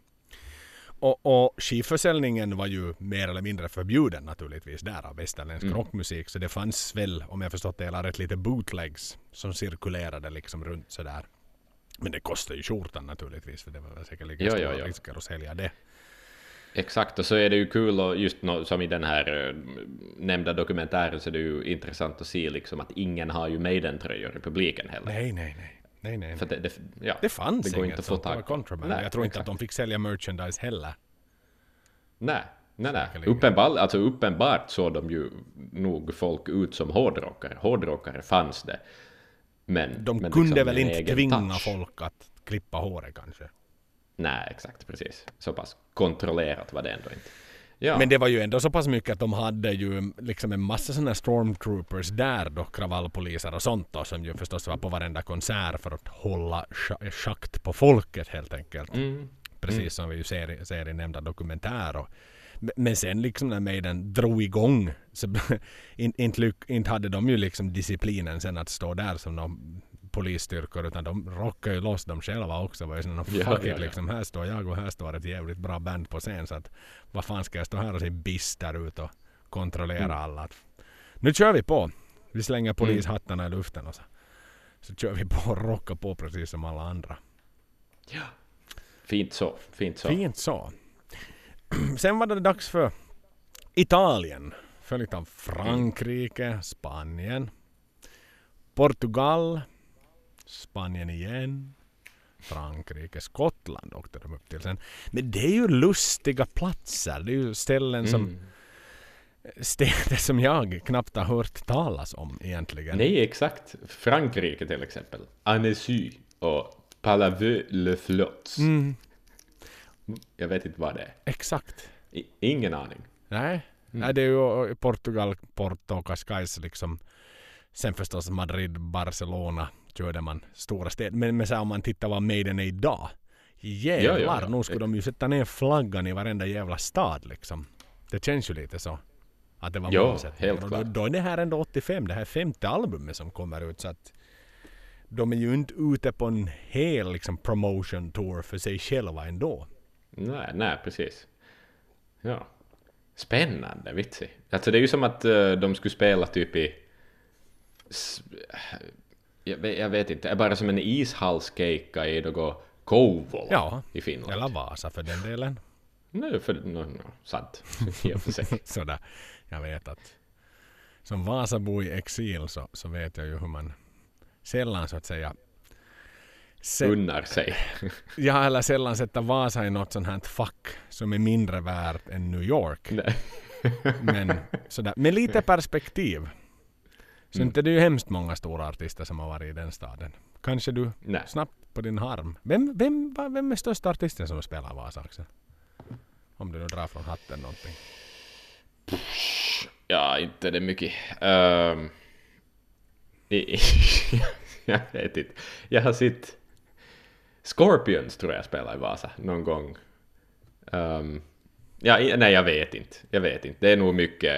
Och skivförsäljningen var ju mer eller mindre förbjuden naturligtvis där av västerländsk rockmusik. Så det fanns väl, om jag förstått det hela rätt, lite bootlegs som cirkulerade liksom runt sådär. Men det kostar ju skjortan naturligtvis, för det var säkerligen stora risker att sälja det. Exakt, och så är det ju kul och just som i den här nämnda dokumentären så är det ju intressant att se liksom att ingen har ju Maiden-tröjor i publiken heller. Nej. För det fanns det går inget inte att få tag på. Nej, jag tror inte att de fick sälja merchandise heller. Nej. Uppenbart så de ju nog folk ut som hårdrockare. Hårdrockare fanns det. Men kunde liksom väl inte tvinga touch. folk att klippa håret kanske. Nej, exakt, precis. Så pass kontrollerat var det ändå inte. Ja. Men det var ju ändå så pass mycket att de hade ju liksom en massa sådana stormtroopers där då, kravallpoliser och sånt då, som ju förstås var på varenda konsert för att hålla schakt på folket helt enkelt. Precis som vi ju ser i nämnda dokumentär. Men sen liksom när Maiden drog igång så inte hade de ju liksom disciplinen sen att stå där som de polisstyrkor, utan de rockade ju loss dem själva också. Var ju sådana fuck it, liksom, här står jag och här står ett jävligt bra band på scen, så att vad fan ska jag stå här och se bister ut och kontrollera alla. Nu kör vi på. Vi slänger polishattarna i luften och så kör vi på och rockar på precis som alla andra. Ja. Fint så. Sen var det dags för Italien. Följt av Frankrike, Spanien, Portugal, Spanien igen, Frankrike, Skottland åkte de upp till sen. Men det är ju lustiga platser. Det är ju ställen städer som jag knappt har hört talas om egentligen. Nej, exakt. Frankrike till exempel. Annecy och Palaveux-le-Flot. Jag vet inte vad det är. Exakt. Ingen aning. Nej, det är ju Portugal, Porto, Cascais liksom. Sen förstås Madrid, Barcelona körde man stora städer. Men så om man tittar vad Maiden är idag. Jävlar, nu skulle de ju sätta ner flaggan i varenda jävla stad liksom. Det känns ju lite så. Att det var helt klart. Då är det här ändå 85, det här 5:e albumet som kommer ut, så att de är ju inte ute på en hel liksom promotion tour för sig själva ändå. Nej, precis. Ja. Spännande, vitsig. Alltså det är ju som att de skulle spela typ i jag vet inte, bara som en ishallskeikka i något Kouvola i Finland. Eller Vasa för den delen. Nej, sant. I och för sig. Sådär. Jag vet att som Vasabo i exil så vet jag ju hur man sällan så att säga unnar sig. Ja, eller sällan sätta Vasa i något sånt här fack som är mindre värt än New York. Nej. Men sådär, med lite perspektiv. Så inte det är ju hemskt många stora artister som har varit i den staden. Kanske du snabbt på din arm. Vem är största artisten som spelar Vasa, Axel? Om du nu drar från hatten någonting. Ja, inte det mycket. Jag vet inte. Jag har sett Scorpions tror jag spelar i Vasa någon gång. Nej, jag vet inte. Det är nog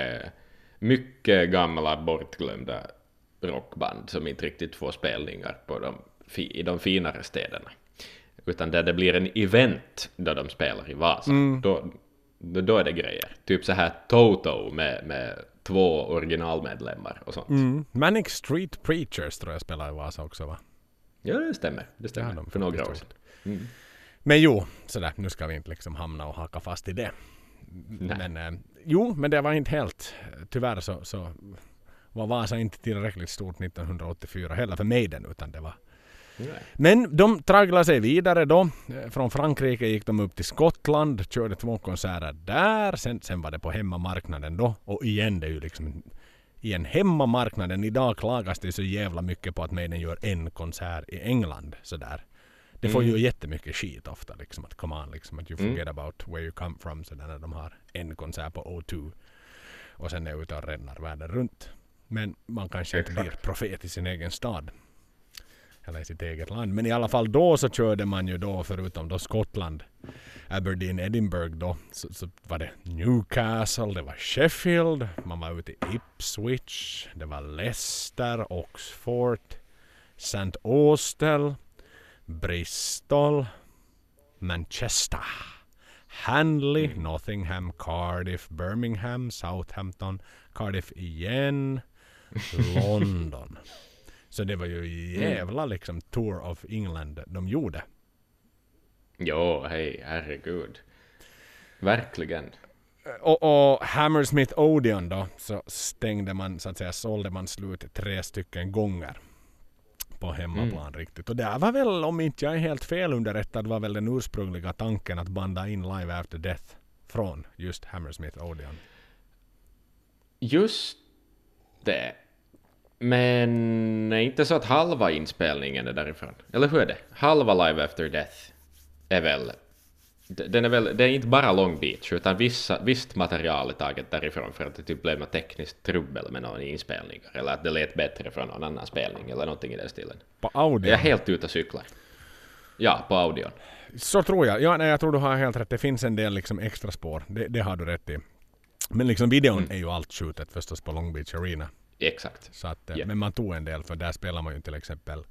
mycket gamla bortglömda rockband som inte riktigt får spelningar på i de finare städerna. Utan där det blir en event då de spelar i Vasa. Då är det grejer. Typ så här Toto med 2 originalmedlemmar och sånt. Manic Street Preachers tror jag spelar i Vasa också, va? Ja, det stämmer. För några år sedan. Men jo, sådär, nu ska vi inte liksom hamna och haka fast i det. Men men det var inte helt. Tyvärr så var Vasa inte tillräckligt stort 1984 heller för Maiden, utan det var. Men de tragglade sig vidare då. Från Frankrike gick de upp till Skottland, körde 2 konserter där. Sen var det på hemmamarknaden då. Och igen, det är ju liksom igen hemmamarknaden. Idag klagas det så jävla mycket på att Maiden gör en konsert i England sådär. Det får ju jättemycket skit ofta liksom, att come on, liksom, att you forget about where you come from, så där, när de har en konsert på O2 och sen är ute och rännar världen runt. Men man kanske inte blir profet i sin egen stad eller i sitt eget land. Men i alla fall då så körde man ju då, förutom då Skottland, Aberdeen, Edinburgh då, så var det Newcastle, det var Sheffield, man var ute i Ipswich, det var Leicester, Oxford, St. Austell, Bristol, Manchester, Hanley, Nottingham, Cardiff, Birmingham, Southampton, Cardiff igen, London. Så det var ju jävla liksom Tour of England de gjorde. Jo, hej, herregud. Verkligen. Och Hammersmith Odeon då, så stängde man, så att säga, sålde man slut 3 stycken gånger på hemmaplan riktigt. Och det var väl, om inte jag är helt fel underrättad, var väl den ursprungliga tanken att banda in Live After Death från just Hammersmith Odeon. Just det. Men är inte så att halva inspelningen är därifrån? Eller hur är det? Halva Live After Death är väl... Det är inte bara Long Beach, utan visst material är taget därifrån för att det typ blev något tekniskt trubbel med någon inspelningar. Eller att det lät bättre från någon annan spelning eller någonting i den stilen. På Audion? Jag är helt ute och cyklar. Ja, på Audion. Så tror jag. Ja, nej, jag tror du har helt rätt. Det finns en del liksom extra spår. Det har du rätt i. Men liksom videon är ju allt skjutet förstås på Long Beach Arena. Exakt. Så att, men man tog en del, för där spelar man ju till exempel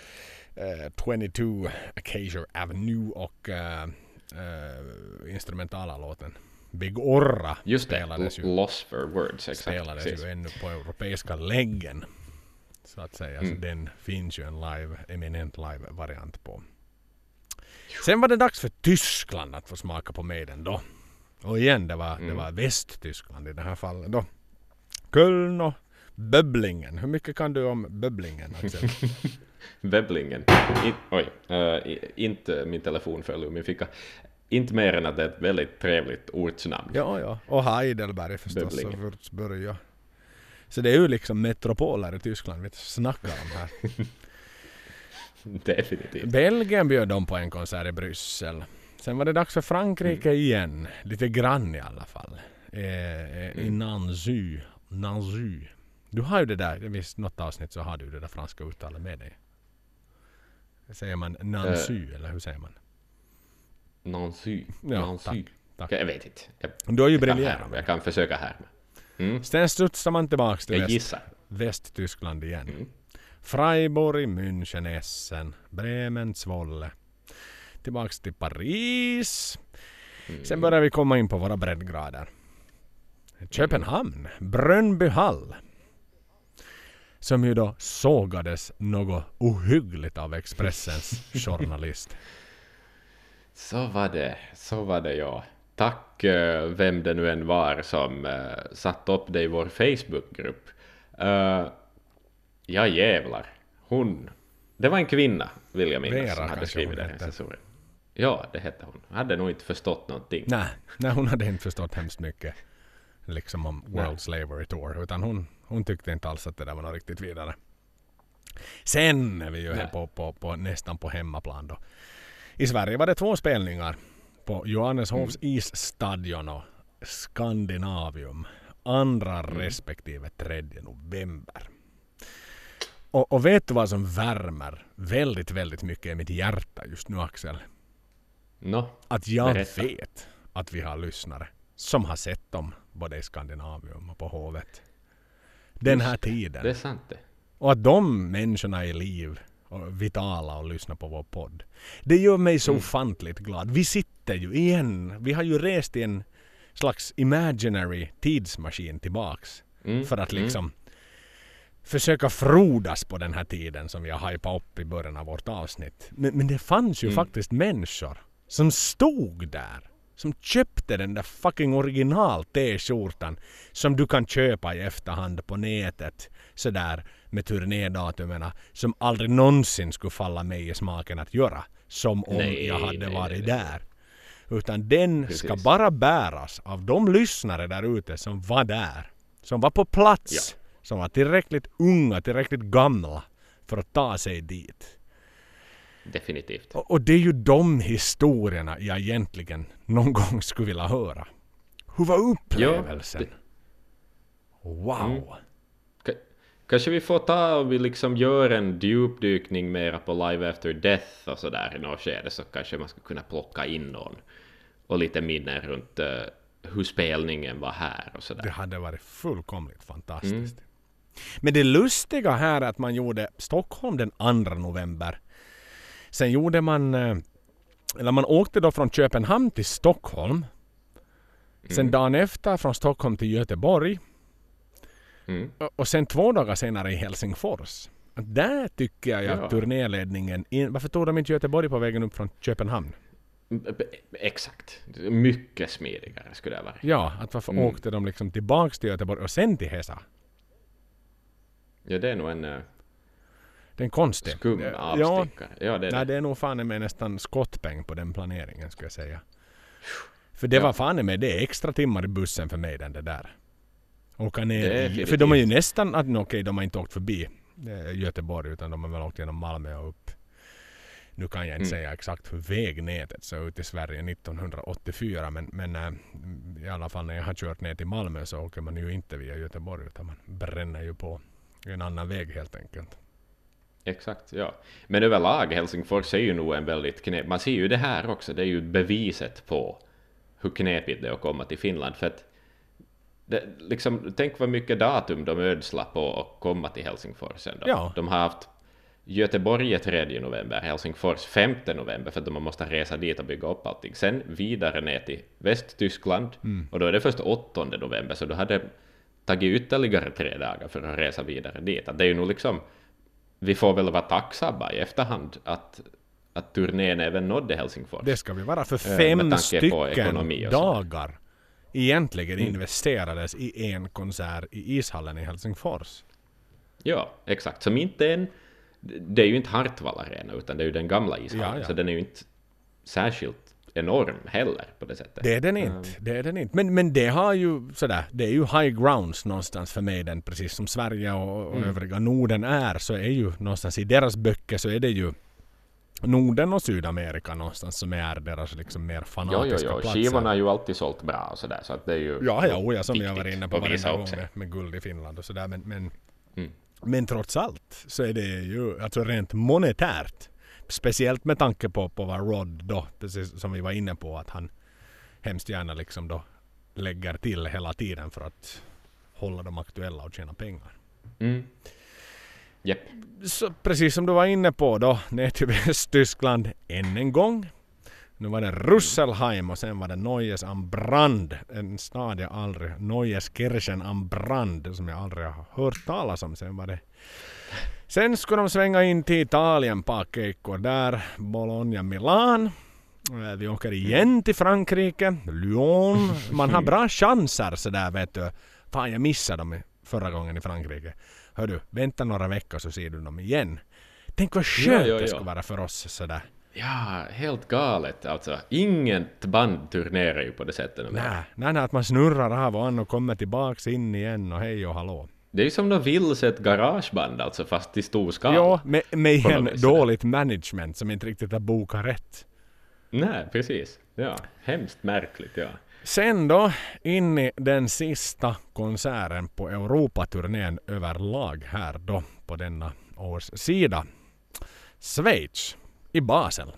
22 Acacia Avenue och instrumentala låten Big Orra. Just det, spelades ju, Lost for Words. Exakt. Spelades ju ännu på europeiska läggen, så att säga. Så den finns ju en eminent live-variant på. Sen var det dags för Tyskland att få smaka på Maiden då. Och igen, det var Västtyskland i det här fallet då. Köln och Böblingen. Hur mycket kan du om Böblingen, Axel? Böblingen? Inte min telefon föll ur min ficka. Inte mer än att det är ett väldigt trevligt ortsnamn. Ja. Och Heidelberg förstås. Och Würzburg. Så det är ju liksom metropoler i Tyskland vi snackar om här. Definitivt. Belgien bjöd dem på en konsert i Bryssel. Sen var det dags för Frankrike igen. Lite grann i alla fall. I Nancy. Du har ju det där, visst något avsnitt så har du det där franska uttalet med dig. Säger man Nancy eller hur säger man? Nancy. Ja, Nancy. Tack. Jag vet inte. Du har ju briljerat. Jag kan försöka härma. Sen studsar man tillbaka till Jag Västtyskland igen. Freiburg, München, Essen, Bremen, Zwolle. Tillbaks till Paris. Sen börjar vi komma in på våra breddgrader. Köpenhamn, Brøndbyhall. Som ju då sågades något ohyggligt av Expressens journalist. Så var det ja. Tack vem det nu än var som satt upp det i vår Facebookgrupp. Ja jävlar. Det var en kvinna, vill jag minnas, Vera som hade kanske skrivit hon den hette. recensionen. Ja, det hette hon. Hade nog inte förstått någonting. Nej, hon hade inte förstått hemskt mycket liksom om World Slavery Tour, utan hon tyckte inte alls att det där var något riktigt vidare. Sen är vi ju här på nästan på hemmaplan då. I Sverige var det 2 spelningar på Johanneshovs isstadion och Skandinavium 2 respektive 3 november. Och vet du vad som värmer väldigt, väldigt mycket i mitt hjärta just nu, Axel? Att jag vet att vi har lyssnare som har sett dem både i Skandinavium och på Hovet. Den här tiden. Det är sant det. Och att de människorna är i liv och vitala och lyssnar på vår podd. Det gör mig så ofantligt glad. Vi sitter ju igen. Vi har ju rest i en slags imaginary tidsmaskin tillbaks. För att liksom försöka frodas på den här tiden som vi har hypat upp i början av vårt avsnitt. Men det fanns ju faktiskt människor som stod där. Som köpte den där fucking original t-skjortan som du kan köpa i efterhand på nätet. Sådär med turnédatumerna som aldrig någonsin skulle falla mig i smaken att göra. Som om jag hade varit där. Utan den ska bara bäras av de lyssnare där ute som var där. Som var på plats. Som var tillräckligt unga, tillräckligt gamla för att ta sig dit. Definitivt. Och det är ju de historierna jag egentligen någon gång skulle vilja höra. Hur var upplevelsen? Wow! Kanske vi får ta och vi liksom gör en djupdykning mera på Live After Death och sådär i något skede, så kanske man ska kunna plocka in någon och lite minnen runt hur spelningen var här och sådär. Det hade varit fullkomligt fantastiskt. Men det lustiga här är att man gjorde Stockholm den 2 november. Sen gjorde man, eller man åkte då från Köpenhamn till Stockholm. Sen dagen efter från Stockholm till Göteborg. Och sen 2 dagar senare i Helsingfors. Där tycker jag att turnéledningen... Varför tog de inte Göteborg på vägen upp från Köpenhamn? Exakt. Mycket smidigare skulle det vara. Ja, att varför åkte de liksom tillbaks till Göteborg och sen till Hesa? Ja, det är nog en... Det är en konstig. Skum avstickare. Ja, det är nej, det är nog fan med nästan skottpeng på den planeringen, ska jag säga. För det var fan med det extra timmar i bussen för mig den där. Åka ner för de är ju nästan, okej, de har inte åkt förbi Göteborg utan de har väl åkt genom Malmö och upp. Nu kan jag inte säga exakt hur vägnätet så ut i Sverige 1984, men i alla fall när jag har kört ner till Malmö så åker man ju inte via Göteborg utan man bränner ju på en annan väg helt enkelt. Exakt, ja. Men överlag Helsingfors är ju nog en väldigt man ser ju det här också, det är ju beviset på hur knepigt det är att komma till Finland, för att liksom, tänk vad mycket datum de ödslar på att komma till Helsingfors ändå. Ja. De har haft Göteborg 3 november, Helsingfors 5 november för att de måste resa dit och bygga upp allting. Sen vidare ner till Västtyskland och då är det först 8 november, så då hade tagit ytterligare 3 dagar för att resa vidare dit. Att det är ju nog liksom, vi får väl vara tacksamma i efterhand att turnén även nådde Helsingfors. Det ska vi vara, för 5 stycken dagar egentligen investerades i en konsert i ishallen i Helsingfors. Ja, exakt. Som inte det är ju inte Hartwall Arena utan det är ju den gamla ishallen. Så den är ju inte särskilt enorm heller på det sättet. Det är den inte. Men det har ju sådär, det är ju high grounds någonstans för mig, den precis som Sverige och övriga Norden är, så är ju någonstans i deras böcker så är det ju Norden och Sydamerika någonstans som är deras liksom mer fanatiska platser. Skivorna har ju alltid sålt bra och sådär, så att det är ju Ja, som jag var inne på varenda gång med guld i Finland och sådär, men trots allt så är det ju alltså rent monetärt, speciellt med tanke på vad Rod då, precis som vi var inne på, att han hemskt gärna liksom då lägger till hela tiden för att hålla dem aktuella och tjäna pengar. Yep. Så precis som du var inne på då, ner till Västtyskland än en gång. Nu var det Rüsselsheim och sen var det Neues am Brand, en stad jag aldrig, Neueskirchen am Brand, som jag aldrig har hört talas om. Sen skulle de svänga in till Italien på Keikko där, Bologna, Milan. Vi åker igen till Frankrike, Lyon. Man har bra chanser sådär, vet du. Fan, jag missade dem förra gången i Frankrike. Hör du, vänta några veckor så ser du dem igen. Tänk vad skönt det skulle vara för oss sådär. Ja, helt galet. Alltså, inget band turnerar ju på det sättet. Nej, att man snurrar av och an och kommer tillbaks in igen och hej och hallå. Det är ju som något vilset garageband, alltså, fast i stor skala. Ja, med en dåligt management som inte riktigt har bokat rätt. Nej, precis. Ja, hemskt märkligt, ja. Sen då, in i den sista konserten på Europaturnén överlag här då på denna års sida. Schweiz i Basel.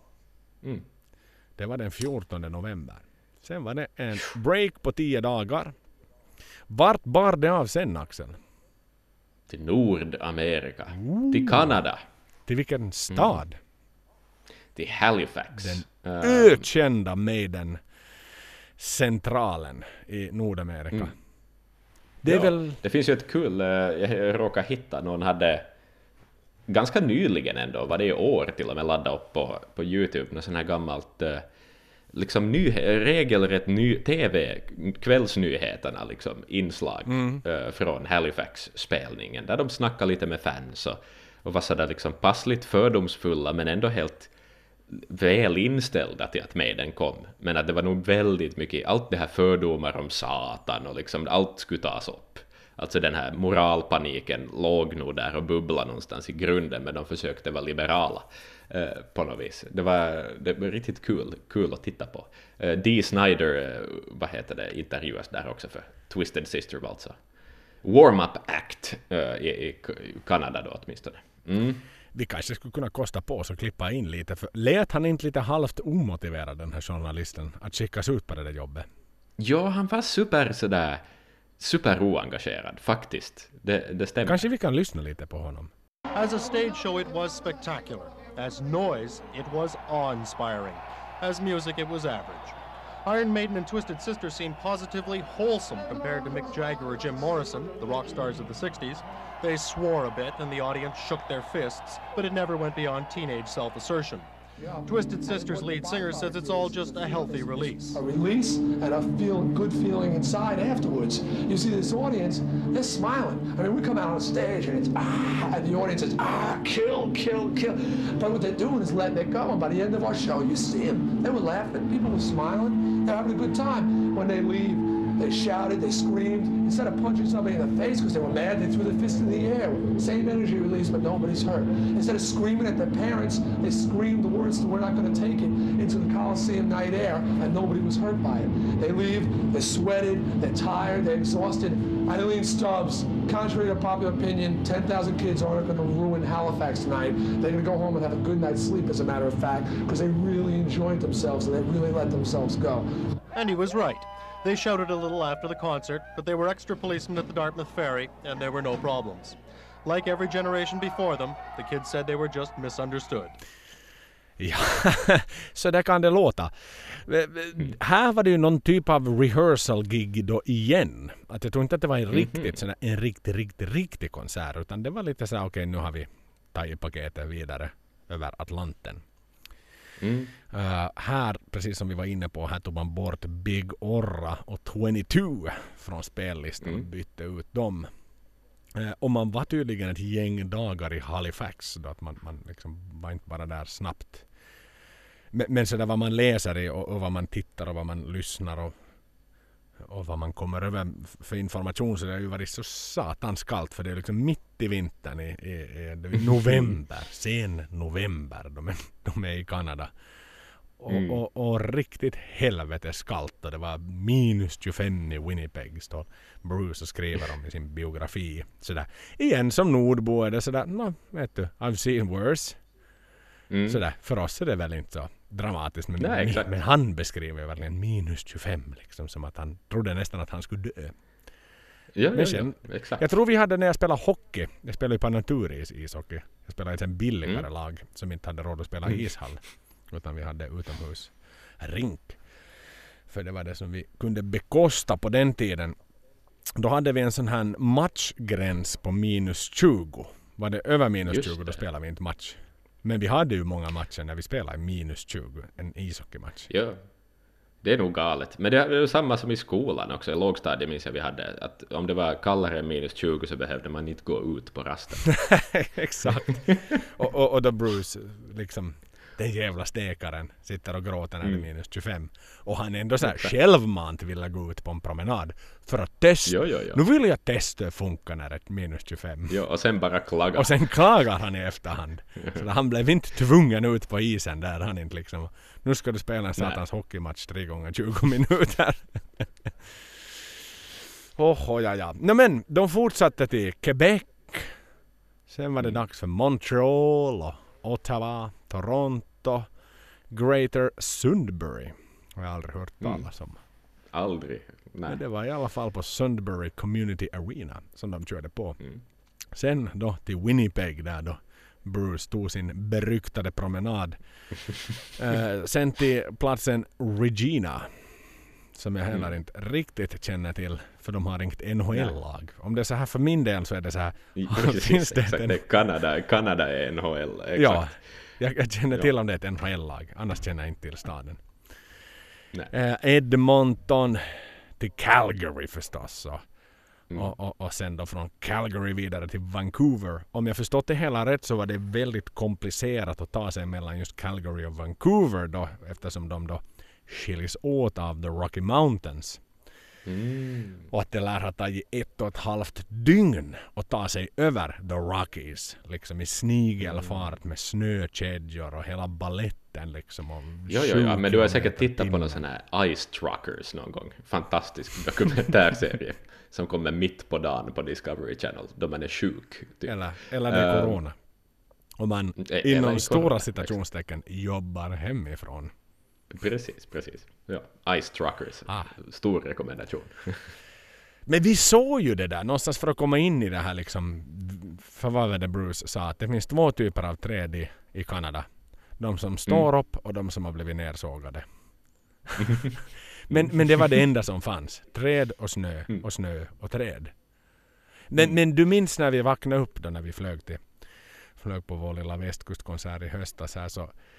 Det var den 14 november. Sen var det en break på 10 dagar. Vart bar det av sen, Axel? Till Nordamerika. Till Kanada. Till vilken stad? Till Halifax. Den ökända Maiden centralen i Nordamerika. Det är väl... Det finns ju ett kul, jag råkade hitta, någon hade ganska nyligen ändå, var det i år till och med, ladda upp på YouTube något sån här gammalt liksom regelrätt TV, kvällsnyheterna liksom, inslag från Halifax-spelningen, där de snackar lite med fans och var sådär liksom passligt fördomsfulla men ändå helt väl inställda till att Maiden kom, men att det var nog väldigt mycket allt det här fördomar om satan och liksom allt skulle tas upp. Alltså den här moralpaniken låg nog där och bubblade någonstans i grunden, men de försökte vara liberala på något vis. Det var riktigt kul att titta på. Dee Snider, intervjuas där också för Twisted Sister, alltså. Warm-up act i Kanada då åtminstone. Vi kanske skulle kunna kosta på oss och klippa in lite. För lät han inte lite halvt omotiverad, den här journalisten, att skickas ut på det där jobbet? Ja, han var super oengagerad, faktiskt. Det stämmer. Kanske vi kan lyssna lite på honom. As a stage show it was spectacular. As noise it was awe-inspiring. As music it was average. Iron Maiden and Twisted Sister seemed positively wholesome compared to Mick Jagger or Jim Morrison, the rock stars of the 60s. They swore a bit and the audience shook their fists, but it never went beyond teenage self-assertion. Twisted Sister's lead singer says it's all just a healthy release. A release and a good feeling inside afterwards. You see this audience, they're smiling. I mean, we come out on stage and it's and the audience is kill, kill, kill. But what they're doing is letting it go. And by the end of our show, you see them. They were laughing, people were smiling, they're having a good time. When they leave, they shouted, they screamed. Instead of punching somebody in the face because they were mad, they threw their fist in the air. Same energy release, but nobody's hurt. Instead of screaming at their parents, they screamed the words that we're not going to take it into the Coliseum night air, and nobody was hurt by it. They leave, they're sweated, they're tired, they're exhausted. Eileen Stubbs, contrary to popular opinion, 10,000 kids aren't going to ruin Halifax tonight. They're going to go home and have a good night's sleep, as a matter of fact, because they really enjoyed themselves and they really let themselves go. And he was right. They shouted a little after the concert, but there were extra policemen at the Dartmouth Ferry, and there were no problems. Like every generation before them, the kids said they were just misunderstood. Ja, så där kan det låta. Här var det ju någon typ av rehearsal-gig då igen. Att jag tror inte att det var en riktig konsert, utan det var lite så här, okej, nu har vi tagit paketet vidare över Atlanten. Här, precis som vi var inne på, här tog man bort Big Orra och 22 från spellistan och bytte ut dem. Och man var tydligen ett gäng dagar i Halifax, då att man liksom var inte bara där snabbt. Men så där vad man läser i och vad man tittar och vad man lyssnar och vad man kommer över för information, så det har ju varit så satans kallt, för det är liksom mitt i vintern i november, sen november, de är i Kanada. Och riktigt helvetes kallt, och det var minus 25 i Winnipeg, står Bruce och skriver om i sin biografi. Sådär. Igen som nordbo är det sådär, vet du, I've seen worse. Sådär, för oss är det väl inte så dramatiskt, men han beskriver verkligen minus 25 liksom, som att han trodde nästan att han skulle dö. Men sen, exakt. Jag tror vi hade, när jag spelade hockey, jag spelade ju på Naturis ishockey, jag spelade i en billigare lag som inte hade råd att spela ishall, utan vi hade utomhus rink, för det var det som vi kunde bekosta på den tiden. Då hade vi en sån här matchgräns på minus 20. Var det över minus 20 då spelade vi inte match. Men vi hade ju många matcher när vi spelade minus 20, en ishockeymatch. Det är nog galet. Men det är samma som i skolan också. I lågstadiet minns jag vi hade att om det var kallare än minus 20 så behövde man inte gå ut på rasten. Exakt. och då Bruce, liksom, den jävla stekaren, sitter och gråter när det är minus 25. Och han ändå så här självmant ville gå ut på en promenad för att testa. Jo. Nu vill jag testa hur funkar när det är minus 25. Jo, och sen bara klaga. Och sen klagar han i efterhand. Så han blev inte tvungen ut på isen där han inte liksom, nu ska du spela en satans hockeymatch 3 gånger 20 minuter. Ja. Men de fortsatte till Quebec. Sen var det dags för Montreal och Ottawa, Toronto, Greater Sudbury. Jag har aldrig hört talas om. Aldrig. Nej. Men det var i alla fall på Sudbury Community Arena som de körde på. Sen då till Winnipeg där då Bruce tog sin beryktade promenad. Sen till platsen Regina som jag heller inte riktigt känner till för de har inget NHL-lag. Om det är så här för min del så är det så här. Finns det exakt, det är Kanada är NHL. Exakt. Ja, jag känner till om det är ett NHL-lag. Annars känner jag inte till staden. Edmonton till Calgary förstås. Och sen då från Calgary vidare till Vancouver. Om jag förstått det hela rätt så var det väldigt komplicerat att ta sig mellan just Calgary och Vancouver då, eftersom de då skiljs åt av the Rocky Mountains. Och att det lär ha tagit 1,5 dygn att ta sig över the Rockies liksom i snigelfart med snökedjor och hela balletten liksom. Ja, men du har säkert tittat på någon sån här Ice Truckers någon gång. Fantastisk dokumentärserie som kommer mitt på dagen på Discovery Channel då man är sjuk. Typ. Eller det är corona. Och man inom stora citationstecken jobbar hemifrån. Precis. Ja, Ice Truckers. Stor rekommendation. Men vi såg ju det där någonstans för att komma in i det här liksom, för vad var det Bruce sa att det finns 2 typer av träd i Kanada. De som står upp och de som har blivit nersågade. men det var det enda som fanns. Träd och snö och snö och träd. Men du minns när vi vaknade upp då när vi flög på vår lilla västkustkonsert i höstas här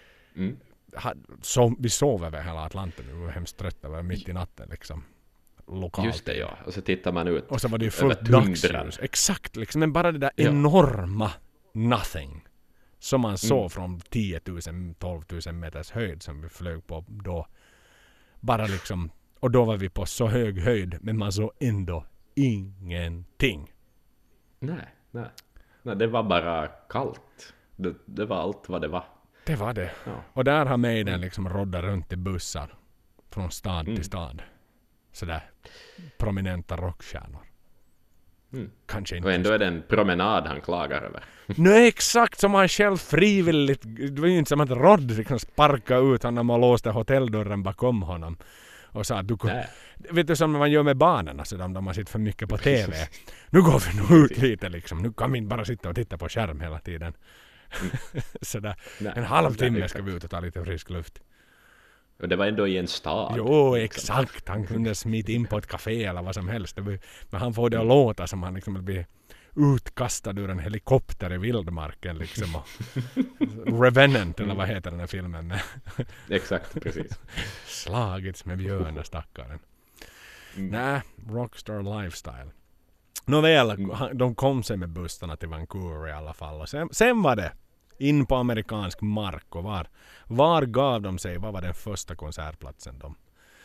så vi sov över hela Atlanten. Vi var hemskt trötta, var mitt i natten liksom. Lokalt. Just det, ja. Och så tittar man ut. Och så var det ju fullt dagsljus. Exakt, liksom. Men bara det där enorma nothing som man såg från 10 000-12 000 meters höjd som vi flög på då. Bara liksom, och då var vi på så hög höjd men man såg ändå ingenting. Nej, det var bara kallt. Det var allt vad det var. Det var det. Ja. Och där har Maiden liksom roddat runt i bussar från stad till stad. Sådär prominenta rockstjärnor. Kanske inte. Och ändå är det en promenad han klagar över. Nu är exakt som han själv frivilligt. Det var ju inte som att Rod liksom sparka ut honom och låste hotelldörren bakom honom. Och sa att vet du som man gör med barnen så de har sitt för mycket på TV. Nu går vi nog ut lite liksom. Nu kan vi inte bara sitta och titta på skärm hela tiden. Sådär. En halvtimme ska vi ut och ta lite frisk luft. Och det var ändå i en stad. Jo, exakt. Han kunde smita in på ett café eller vad som helst. Men han får det att låta som han liksom blir utkastad ur en helikopter i vildmarken liksom. Revenant eller vad heter den här filmen med? Exakt, precis. Slagits med björnar, stackaren. Nej, rockstar lifestyle. Nåväl, de kom sig med bussarna till Vancouver i alla fall. Och sen var det in på amerikansk mark. Och var gav de sig? Vad var den första konsertplatsen de?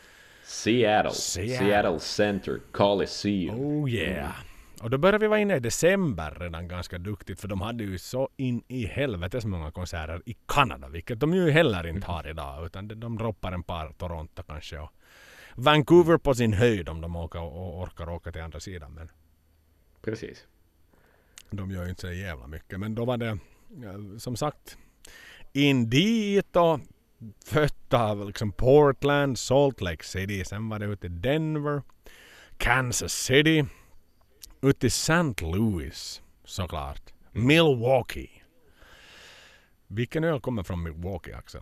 Seattle Center Coliseum. Oh yeah. Och då började vi vara inne i december redan ganska duktigt. För de hade ju så in i helvetes många konserter i Kanada. Vilket de ju heller inte har idag. Utan de droppar en par Toronto kanske. Och Vancouver på sin höjd om de orkar åka till andra sidan. Men precis. De gör ju inte så jävla mycket. Men då var det som sagt in dit och fött av liksom Portland, Salt Lake City. Sen var det ute i Denver, Kansas City, ute i St. Louis såklart. Milwaukee. Vilken öl kommer från Milwaukee, Axel?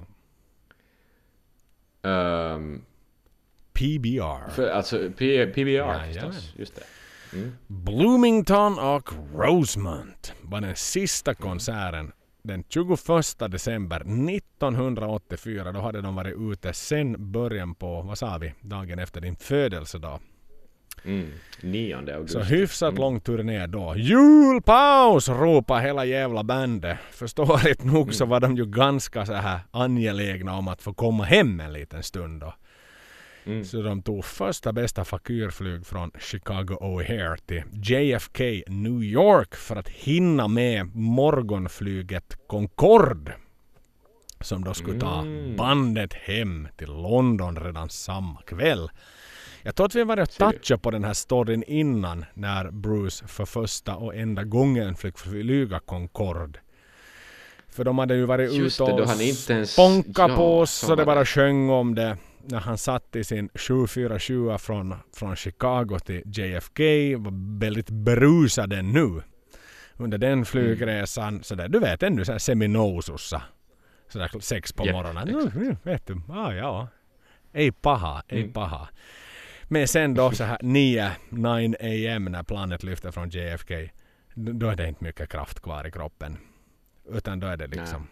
PBR. Alltså PBR förstås, just det. Bloomington och Rosemont var den sista konserten den 21 december 1984. Då hade de varit ute sen början på, vad sa vi, dagen efter din födelsedag. 9 augusti. Så hyfsat lång turné då. Julpaus! Ropar hela jävla bandet. Förståeligt nog så var de ju ganska så här angelägna om att få komma hem en liten stund då. Så de tog första bästa fakyrflyg från Chicago O'Hare till JFK, New York för att hinna med morgonflyget Concorde som då skulle ta bandet hem till London redan samma kväll. Jag tror att vi var att toucha på den här storyn innan när Bruce för första och enda gången fick flyga Concorde. För de hade ju varit ute och sponka på oss så det bara sjöng om det. När han satt i sin 747 från Chicago till JFK var väldigt berusad nu. Under den flygresan så där, du vet ännu så här seminosussa. Så där 6 på morgonen. Vet du, ja. Ej paha. Men sen då så här 9 a.m. när planet lyfter från JFK, då är det inte mycket kraft kvar i kroppen. Utan då är det liksom...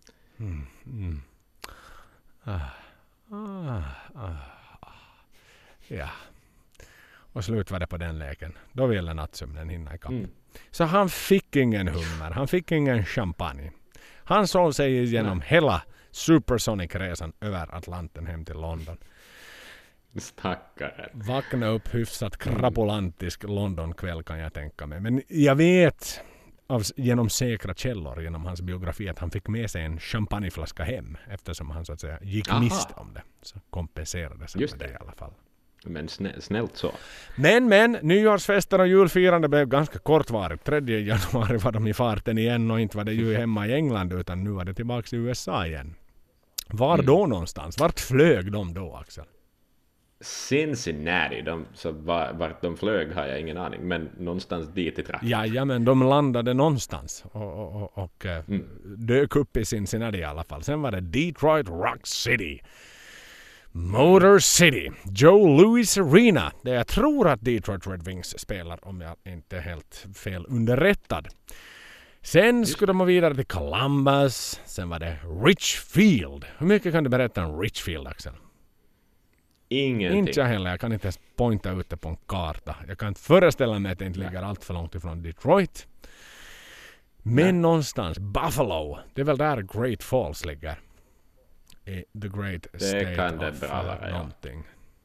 Ja. Och slut var det på den leken. Då ville nattsömnen hinna ikapp. Så han fick ingen hummer. Han fick ingen champagne. Han såg sig igenom hela Supersonic-resan över Atlanten hem till London. Stackare. Vakna upp hyfsat krapulantisk London-kväll kan jag tänka mig. Men jag vet genom säkra källor, genom hans biografi, att han fick med sig en champagneflaska hem eftersom han så att säga gick miste om det. Så kompenserade sig med det i alla fall. Men snällt så. Men nyårsfesten och julfirande blev ganska kortvarigt. 3 januari var de i farten igen och inte var det ju hemma i England utan nu var det tillbaka i USA igen. Var då någonstans? Vart flög de då, Axel? Cincinnati, vart de flög har jag ingen aning, men någonstans dit i trakten. Ja, men de landade någonstans och dök upp i Cincinnati i alla fall. Sen var det Detroit Rock City, Motor City, Joe Louis Arena, där jag tror att Detroit Red Wings spelar om jag inte är helt fel underrättad. Sen skulle de vidare till Columbus, sen var det Richfield. Hur mycket kan du berätta om Richfield, Axel? Ingenting. Inte jag heller. Jag kan inte ens pointa ut det på en karta. Jag kan inte föreställa mig att det inte ligger allt för långt ifrån Detroit. Men någonstans. Buffalo. Det är väl där Great Falls ligger. I the Great State of någonting.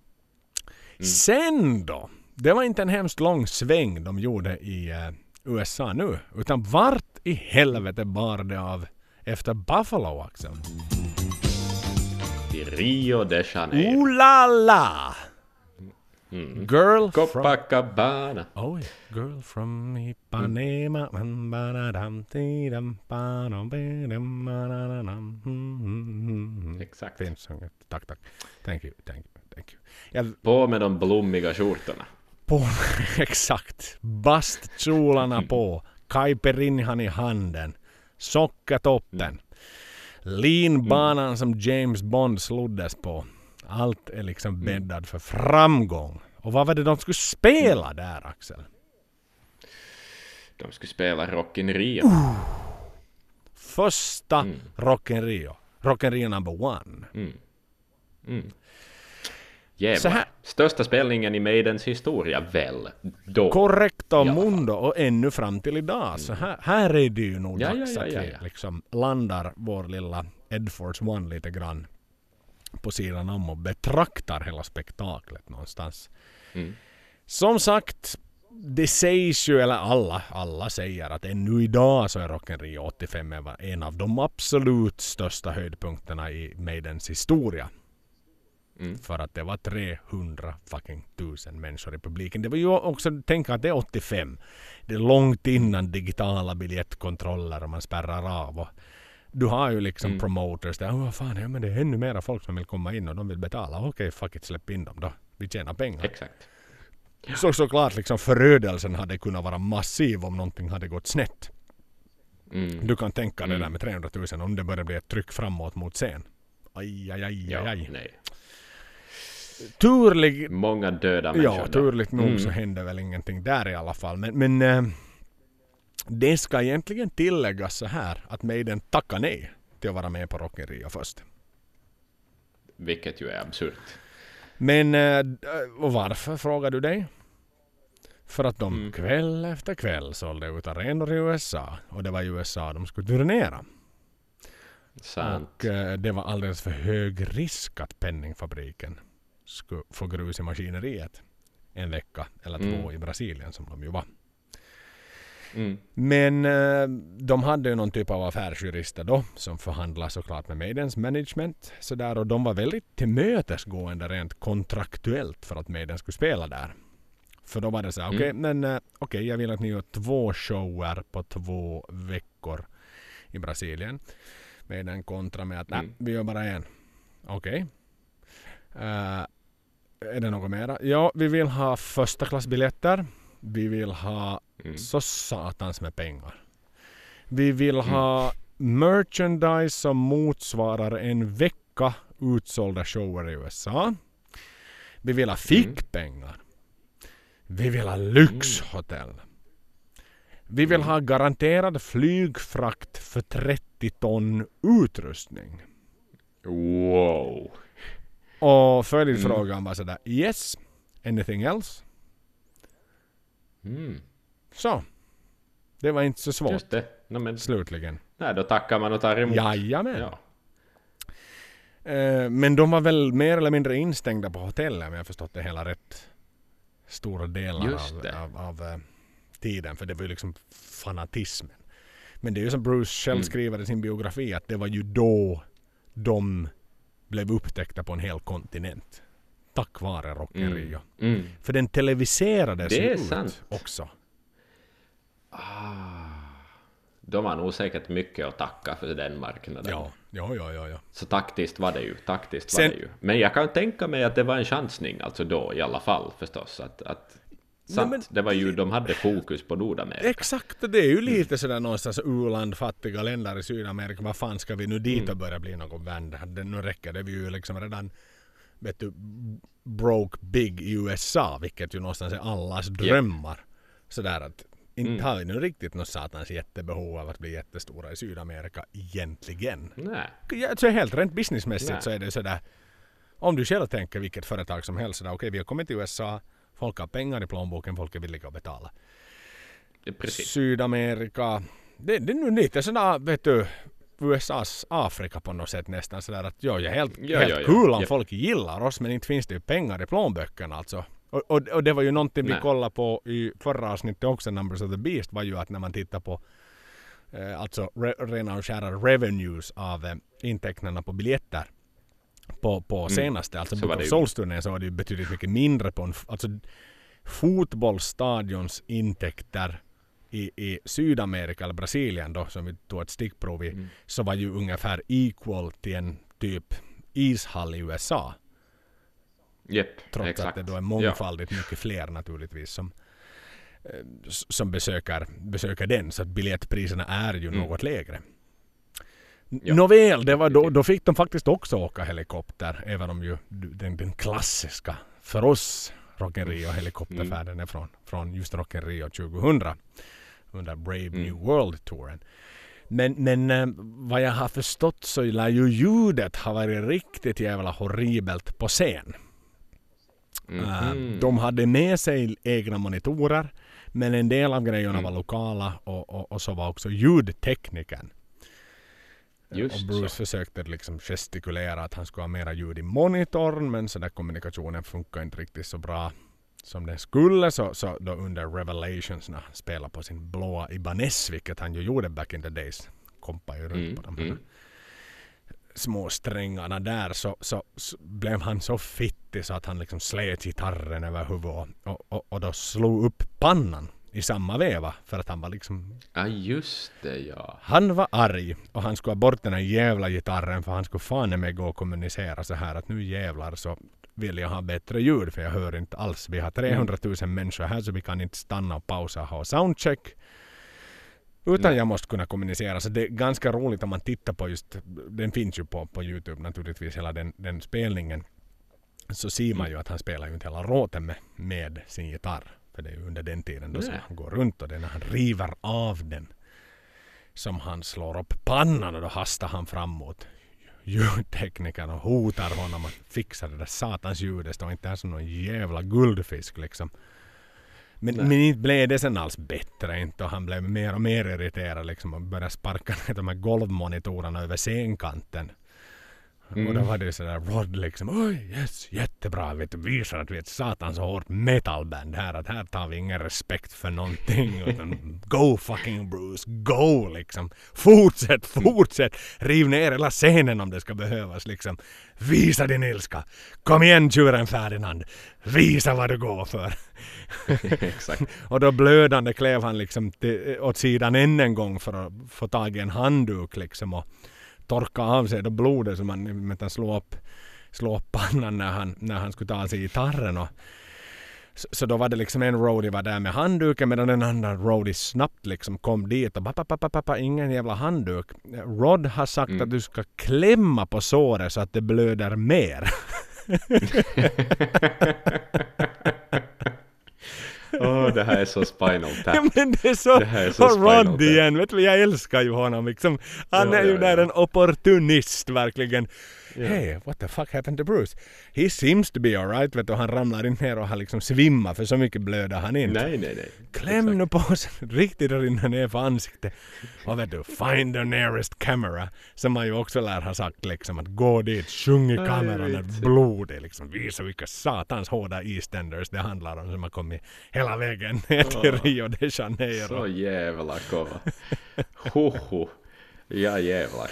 Sen då. Det var inte en hemskt lång sväng de gjorde i USA nu. Utan vart i helvete bar det av efter Buffalo, Axel? Rio de Janeiro. Ooh la la! Girl Copacabana. from... girl from Ipanema. Exakt. Fint sjunget. Tack. Thank you. På med de blommiga skjortorna. Exakt. Bastkjolarna på. Caipirinhan i handen. Sockertoppen. Linbanan som James Bond sloddes på. Allt är liksom bäddad för framgång. Och vad var det de skulle spela där, Axel? De skulle spela Rock in Rio. Första Rock in Rio. Rock in Rio number 1. Jävlar. Största spelningen i Maidens historia väl då. Correcto mundo och ännu fram till idag. Så här är det ju nog dags att vi liksom landar vår lilla Ed Force One lite grann på sidan om och betraktar hela spektaklet någonstans. Som sagt, det sägs ju, eller alla säger att ännu idag så är Rock in Rio 85 en av de absolut största höjdpunkterna i Maidens historia. För att det var 300 fucking 1000 människor i publiken. Det var ju också, tänk att det är 85. Det är långt innan digitala biljettkontroller och man spärrar av. Och du har ju liksom promoters där. Vad fan, ja, men det är ännu mera folk som vill komma in och de vill betala. Okej, fuck it, släpp in dem då. Vi tjänar pengar. Exakt. Såklart liksom förödelsen hade kunnat vara massiv om någonting hade gått snett. Du kan tänka det där med 300 000 om det börjar bli ett tryck framåt mot scen. Aj. Nej. Många döda människor. Ja, turligt nog så hände väl ingenting där i alla fall. Men Det ska egentligen tilläggas så här att Maiden tackar nej till att vara med på Rock in Rio först. Vilket ju är absurt. Men och varför frågar du dig? För att de kväll efter kväll sålde ut arenor i USA. Och det var i USA de skulle turnera. Sant. Och det var alldeles för hög risk att penningfabriken skulle få grus i maskineriet en vecka eller två i Brasilien som de ju var. Men de hade ju någon typ av affärsjurister då som förhandlade såklart med Maidens management så där, och de var väldigt tillmötesgående rent kontraktuellt för att Maiden skulle spela där. För då var det så här, okej, jag vill att ni gör 2 shower på 2 veckor i Brasilien. Maiden kontra med att nej, vi gör bara en. Okej. Är det något mera? Ja, vi vill ha första klassbiljetter. Vi vill ha så satans med pengar. Vi vill ha merchandise som motsvarar en vecka utsålda shower i USA. Vi vill ha fickpengar. Vi vill ha lyxhotell. Vi vill ha garanterad flygfrakt för 30 ton utrustning. Wow. Och följdfrågan var sådär, yes, anything else? Så. Det var inte så svårt. Just det. No, men, slutligen. Nej, då tackar man och tar emot. Jajamän. Ja. Men de var väl mer eller mindre instängda på hotellet, men jag förstått det hela rätt stora delar av tiden, för det var ju liksom fanatismen. Men det är ju som Bruce själv skriver i sin biografi att det var ju då de blev upptäckta på en hel kontinent. Tack vare Rock in Rio. För den televiserades det är ut sant. också. De har nog säkert mycket att tacka för den marknaden. Ja. Så taktiskt var det ju. Men jag kan tänka mig att det var en chansning alltså då i alla fall förstås. Det var ju, de hade fokus på Nordamerika. Exakt, det är ju lite sådär någonstans u-land, fattiga länder i Sydamerika. Vad fan ska vi nu dit och börja bli någon vän? Nu räcker det, vi ju liksom redan broke big i USA, vilket ju någonstans är allas drömmar. Sådär att inte har vi nu riktigt något satans jättebehov av att bli jättestora i Sydamerika egentligen. Nej. Så helt rent businessmässigt så är det sådär, om du själv tänker vilket företag som helst, okej, vi har kommit till USA, folk har pengar i plånboken, folk är villiga att betala. Sydamerika, det är nu lite sådär, vet du, USAs Afrika på något sätt nästan sådär att jag är helt kul om folk gillar oss, men inte finns det ju pengar i plånböckerna alltså. Och det var ju någonting vi kollade på i förra avsnittet också, Numbers of the Beast, var ju att när man tittar på alltså rena och skära revenues av intäkterna på biljetter på senaste, alltså på Solstunden, så var det ju betydligt mycket mindre på alltså fotbollsstadions intäkter i Sydamerika eller Brasilien då, som vi tog ett stickprov i, så var ju ungefär equal till en typ ishall i USA. Trots exakt. Att det då är mångfaldigt mycket fler naturligtvis som besöker den, så att biljettpriserna är ju något lägre. Nåväl, det var då fick de faktiskt också åka helikopter, även om ju den klassiska för oss Rock in Rio helikopterfärden är från just Rock in Rio 2000 under Brave New World-touren. Men vad jag har förstått så lär ju ljudet ha varit riktigt jävla horribelt på scen. De hade med sig egna monitorer, men en del av grejerna var lokala och så var också ljudtekniken. Och Bruce försökte liksom gestikulera att han skulle ha mera ljud i monitorn, men så där kommunikationen funkar inte riktigt så bra som den skulle, så då under Revelations när han spelade på sin blåa Ibanez, vilket han ju gjorde back in the days, kompade ju runt på de här små strängarna där, så blev han så fittig så att han liksom slet gitarren över huvudet och då slog upp pannan i samma veva, för att han var liksom... Ja, just det, ja. Han var arg och han skulle ha bort den här jävla gitarren, för han skulle fan med gå och kommunicera så här att nu jävlar så vill jag ha bättre ljud, för jag hör inte alls. Vi har 300 000 människor här, så vi kan inte stanna och pausa och ha soundcheck. Utan jag måste kunna kommunicera. Så det är ganska roligt om man tittar på just, den finns ju på YouTube naturligtvis, hela den spelningen. Så ser man ju att han spelar ju inte hela råten med sin gitarr. För det är ju under den tiden då som han går runt och det är när han river av den som han slår upp pannan och då hastar han framåt. Ljudteknikern och hotar honom att fixa det där satans ljudet och inte är som någon jävla guldfisk liksom. Men inte blev det sen alls bättre inte och han blev mer och mer irriterad liksom och började sparka ner de här golvmonitorerna över scenkanten. Och då var det sådär Rod liksom, oj yes, jättebra, vet du, visar att vi är ett satans hårt metalband här, att här tar vi ingen respekt för någonting utan go fucking Bruce, go liksom, fortsätt, riv ner hela scenen om det ska behövas liksom, visa din ilska, kom igen tjuren Ferdinand, visa vad du går för. Exakt. Och då blödande klev han liksom åt sidan än en gång för att få tag i en handduk liksom och torka av sig då blodet som han slå upp pannan när han skulle ta sig gitarren och så då var det liksom en roadie var där med handduken medan den andra roadie snabbt liksom kom dit och pappa, ingen jävla handduk. Rod har sagt att du ska klämma på såret så att det blöder mer. Det här är så Spinal Tap. Ja, men det är så, det här är så Rod igen, vet du, jag älskar ju honom liksom. Han är ju där en opportunist verkligen. Hey, what the fuck happened to Bruce? He seems to be alright, vet du, han ramlar in ner och har liksom svimmat för så mycket blöder han inte. Nej. Kläm nu på sig, riktigt rinner ner för ansiktet. Och vet du, find the nearest camera. Som man ju också lär ha sagt liksom, att gå dit, sjung i kameran när blod är liksom, visa vilka satans hårda EastEnders det handlar om som har kommit hela vägen ner till Rio de Janeiro. Så jävla kova. Hoho. Ja jävlar.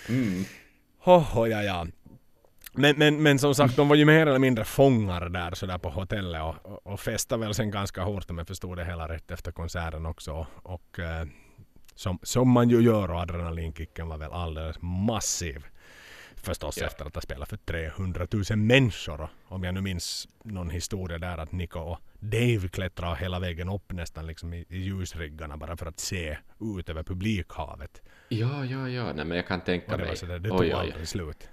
Ja. Men som sagt, de var ju mer eller mindre fångar där så där på hotellet och festade väl sen ganska hårt om jag förstod det hela rätt efter konserten också. Och som man ju gör och adrenalinkicken var väl alldeles massiv. Förstås efter att ha spelat för 300 000 människor. Om jag nu minns någon historia där att Nico och Dave klättrade hela vägen upp nästan liksom i ljusriggarna bara för att se ut över publikhavet. Ja. Nej, men jag kan tänka mig. Det tog aldrig slut.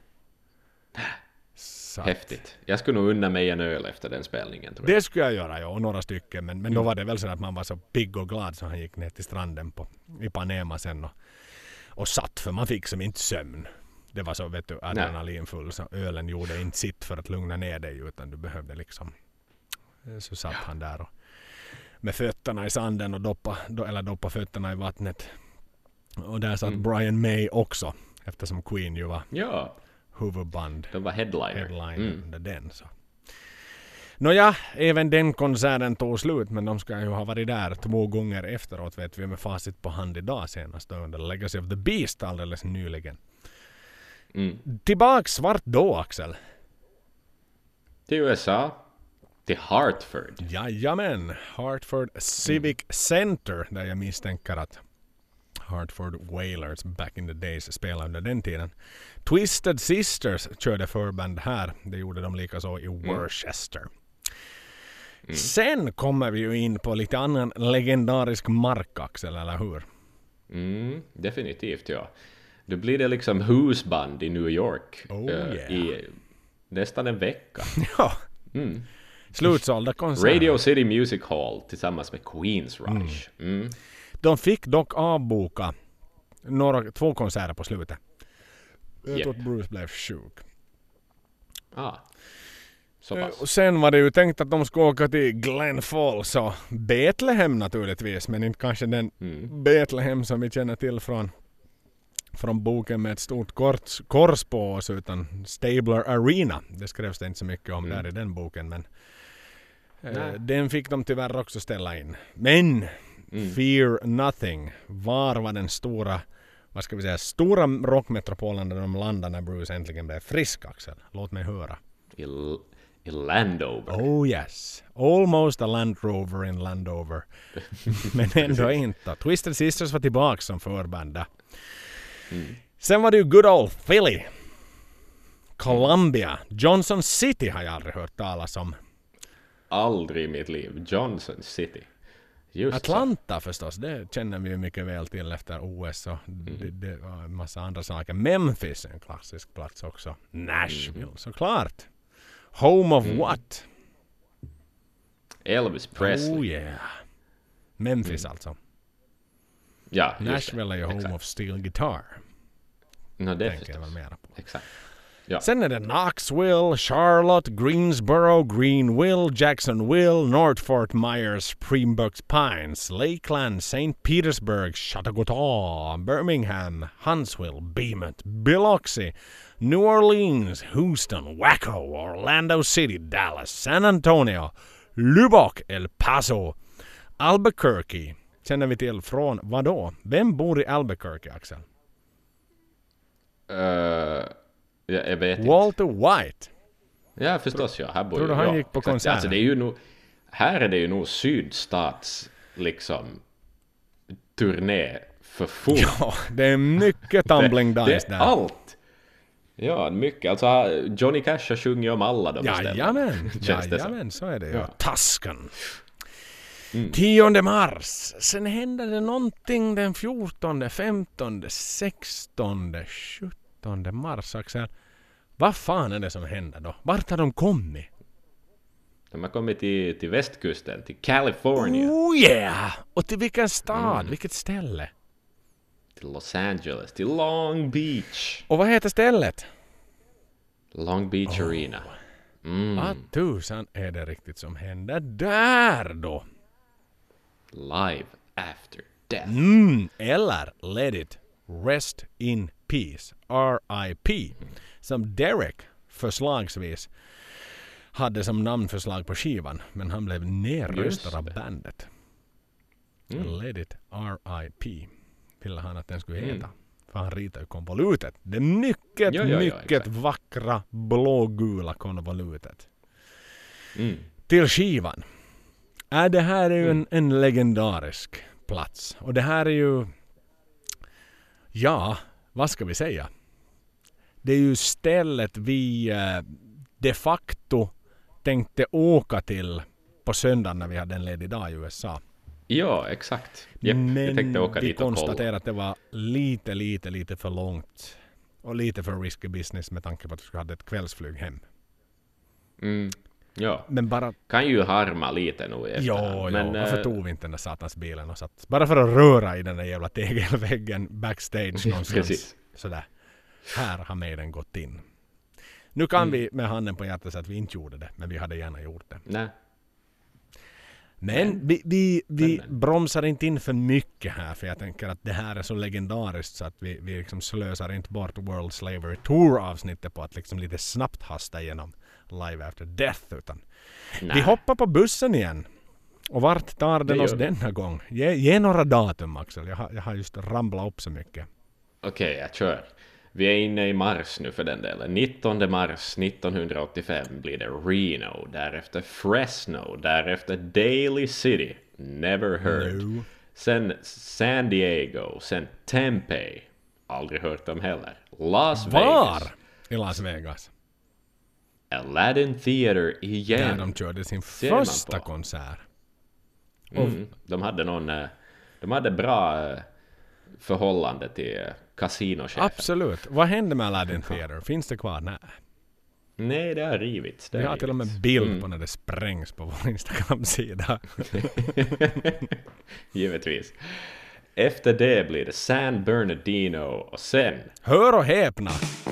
Häftigt. Jag skulle nog unna mig en öl efter den spelningen. Tror jag. Det skulle jag göra, ja, och några stycken. Men då var det väl så att man var så pigg och glad så han gick ner till stranden i Ipanema sen och satt för man fick som inte sömn. Det var så, vet du, adrenalinfull så ölen gjorde inte sitt för att lugna ner dig utan du behövde liksom. Så satt han där och med fötterna i sanden och doppa fötterna i vattnet. Och där satt Brian May också eftersom Queen ju var huvudband. De var headliner under den så. Nåja, även den konserten tog slut men de ska ju ha varit där 2 gånger efteråt vet vi med facit på hand idag senast under Legacy of the Beast alldeles nyligen. Tillbaks vart då, Axel? Till USA. Till Hartford. Jajamän, Hartford Civic Center där jag misstänker att Hartford Whalers back in the days spelade under den tiden. Twisted Sisters körde förband här. Det gjorde de lika så i Worcester. Sen kommer vi ju in på lite annan legendarisk mark, Axel, eller hur? Definitivt, ja. Då blir det liksom husband i New York i nästan en vecka. Ja. Slutsålda konserter. Radio City Music Hall tillsammans med Queens Rush. De fick dock avboka 2 konserter på slutet. Jag tror att Bruce blev sjuk. Och sen var det ju tänkt att de skulle åka till Glen Falls och Bethlehem naturligtvis, men inte kanske den Bethlehem som vi känner till från boken med ett stort kors på oss utan Stabler Arena. Det skrevs det inte så mycket om där i den boken, men den fick de tyvärr också ställa in. Men Fear Nothing var den stora, vad ska vi säga, stora rockmetropolen där de landade när Bruce äntligen blev frisk, Axel. Låt mig höra. I Landover. Oh yes. Almost a Land Rover in Landover. Men ändå inte. Twisted Sisters var tillbaka som förband. Sen var det ju good old Philly. Columbia. Johnson City har jag aldrig hört talas om. Aldrig i mitt liv. Johnson City. Just Atlanta så. Förstås, det känner vi ju mycket väl till efter OS och det var en massa andra saker. Memphis är en klassisk plats också. Nashville, såklart. Home of what? Elvis Presley. Oh yeah. Memphis alltså. Ja, just Nashville är ju home exakt. of steel guitar. No, det Tänker jag väl mera på. Exakt. Ja. Sen är det Knoxville, Charlotte, Greensboro, Greenville, Jacksonville, North Fort Myers, Springboks Pines, Lakeland, St. Petersburg, Chautauqua, Birmingham, Huntsville, Behemoth, Biloxi, New Orleans, Houston, Waco, Orlando City, Dallas, San Antonio, Lubbock, El Paso, Albuquerque. Känner vi till från vad då? Vem bor i Albuquerque, Axel? Jag vet inte. Walter White. Ja, förstås, ja. Här bor Tror du ju, han ja, gick på exakt. konsert? Alltså, det är ju nog, här är det ju nog sydstats liksom turné för fullt. Ja, det är mycket tumbling det dice är där. allt. Ja, mycket. Alltså, Johnny Cash har sjungit om alla de Jajamän, Känns det som. jajamän, så är det ju. Ja. Tusken. 10 mars. Sen hände det någonting den 14, 15, 16, 17 mars. Axel. Vad fan är det som händer då? Vart har de kommit? De har kommit till västkusten, till California, Oh yeah! Och till vilken stad? Vilket ställe? till Los Angeles, till Long Beach. Och vad heter stället? Long Beach Arena. Vad tusan är det riktigt som händer där då? Live after death. Eller Let It Rest in Peace, R.I.P. Som Derek förslagsvis hade som namnförslag på skivan, men han blev nerröstad av bandet. Let It R.I.P. ville han att den skulle heta. För han ritade ju konvolutet. Det mycket, mycket exakt. vackra blågula konvolutet. Till skivan. Det här är ju en legendarisk plats. Och det här är ju... Ja, vad ska vi säga? Det är ju stället vi de facto tänkte åka till på söndagen när vi hade en ledig dag i USA. Ja, exakt. Japp, jag Men tänkte åka vi dit och kolla. konstaterade att det var lite för långt. Och lite för risky business med tanke på att vi skulle ha ett kvällsflyg hem. Ja, Men bara... kan ju harma lite nog i efterhand. Ja, men, varför tog vi inte den där satans bilen och satt bara för att röra i den där jävla tegelväggen backstage någonstans. Precis. Sådär. Här har Maiden gått in. Nu kan vi med handen på hjärtat säga att vi inte gjorde det, men vi hade gärna gjort det. Nej. Men vi bromsar inte in för mycket här, för jag tänker att det här är så legendariskt så att vi liksom slösar inte bort World Slavery Tour-avsnittet på att liksom lite snabbt hasta igenom Live After Death, utan vi hoppar på bussen igen. Och vart tar den oss denna gång? Ge några datum, Axel. Jag har just ramlat upp så mycket. Okej, jag kör. Vi är inne i mars nu för den delen. 19 mars 1985 blir det Reno, därefter Fresno, därefter Daly City, never heard. No. Sen San Diego, sen Tempe, aldrig hört om heller. Las Var Vegas, i Las Vegas? Aladdin Theater Där igen. de körde sin Ser man första på. konsert. De hade bra förhållande till kasinochefen. Absolut. Vad hände med Aladdin Theater? Finns det kvar? Nej. Nej, det har rivits. Vi har till och med bild på när det sprängs på vår Instagram-sida. Givetvis. Efter det blir det San Bernardino och sen Hör och häpna!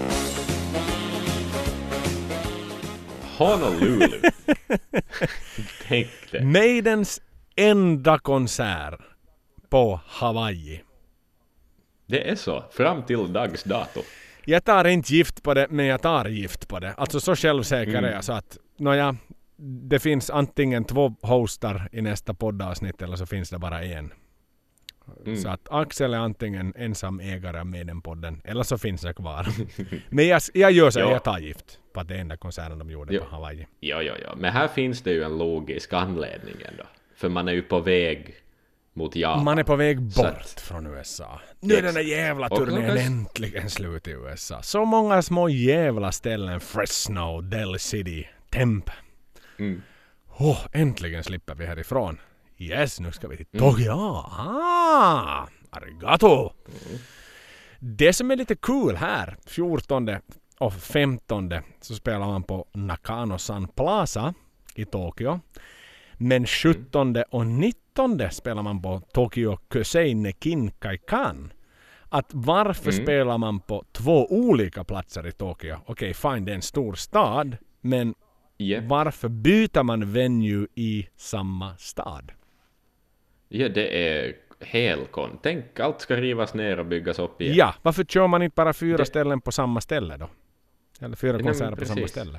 Honolulu. Tänk det. Maidens enda konsert på Hawaii. Det är så. Fram till dags dato. Jag tar inte gift på det, men jag tar gift på det. Alltså så självsäker är jag så att det finns antingen 2 hostar i nästa poddavsnitt eller så finns det bara en. Så att Axel är antingen ensam ägare med den podden eller så finns det kvar. Men jag gör så, jag tar gift på att det är enda konserten de gjorde på Hawaii. Ja. Men här finns det ju en logisk anledning ändå. För man är ju på väg mot Japan. Man är på väg bort att, från USA. Nu är den där jävla turnén och äntligen slut i USA. Så många små jävla ställen. Fresno, Del City, Tempe. Äntligen slipper vi härifrån. Yes, nu ska vi till Tokyo. Arigato! Det som är lite cool här, 14 och 15 så spelar man på Nakano Sun Plaza i Tokyo. Men 17 och 19 spelar man på Tokyo Koseine Kinkaikan. Att varför spelar man på 2 olika platser i Tokyo? Okej, fine, det är en stor stad, men varför byter man venue i samma stad? Ja, det är Tänk, allt ska rivas ner och byggas upp igen. Ja, varför kör man inte bara 4 ställen på samma ställe då? Eller 4 konserter på samma ställe?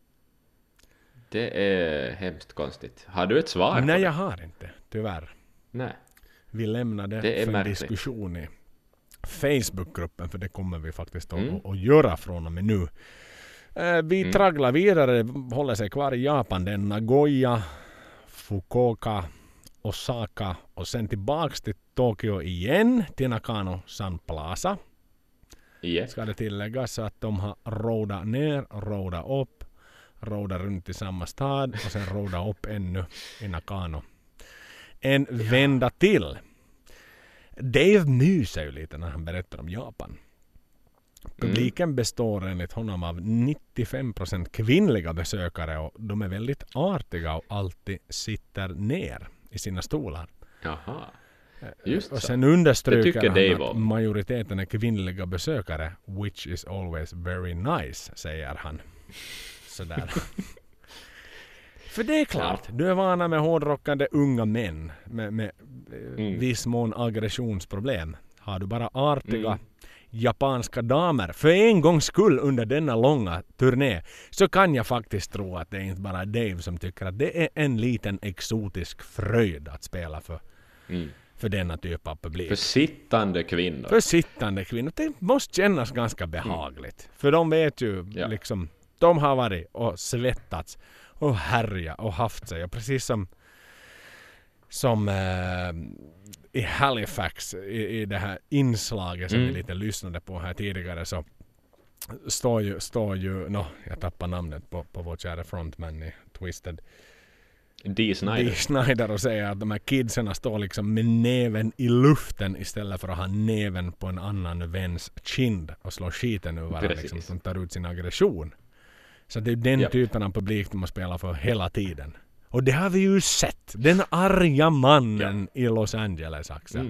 Det är hemskt konstigt. Har du ett svar? Nej, jag har inte, tyvärr. Nej. Vi lämnade Det är för en diskussion i Facebookgruppen, för det kommer vi faktiskt att göra från och med nu. Vi tragglar vidare, håller sig kvar i Japan. Det är Nagoya, Fukuoka, Osaka och sen tillbaks till Tokyo igen, till Nakano Sun Plaza. Ska det tilläggas, så att de har rodat ner, rodat upp, rodat runt i samma stad och sen rodat upp ännu i Nakano. En vända till. Dave myser ju lite när han berättar om Japan. Publiken består enligt honom av 95% kvinnliga besökare och de är väldigt artiga och alltid sitter ner i sina stolar. Jaha. Just och så. sen understryker han Dave att majoriteten är kvinnliga besökare, which is always very nice, säger han. Sådär. För det är klart, du är vana med hårdrockande unga män med viss mån aggressionsproblem. Har du bara artiga japanska damer för en gångs skull under denna långa turné, så kan jag faktiskt tro att det är inte bara Dave som tycker att det är en liten exotisk fröjd att spela för denna typ av publik. För sittande kvinnor. För sittande kvinnor. Det måste kännas ganska behagligt. För de vet ju liksom, de har varit och svettats och härja och haft sig. Och precis som i Halifax i det här inslaget som vi lite lyssnade på här tidigare, så står ju jag tappar namnet på vår kära frontman i Twisted, Dee Snider, och säger att de här kidsen står liksom med näven i luften istället för att ha näven på en annan väns kind och slå skiten ur varandra, liksom, som tar ut sin aggression. Så det är den typen av publik de har spelat för hela tiden. Och det har vi ju sett. Den arga mannen i Los Angeles, Axel.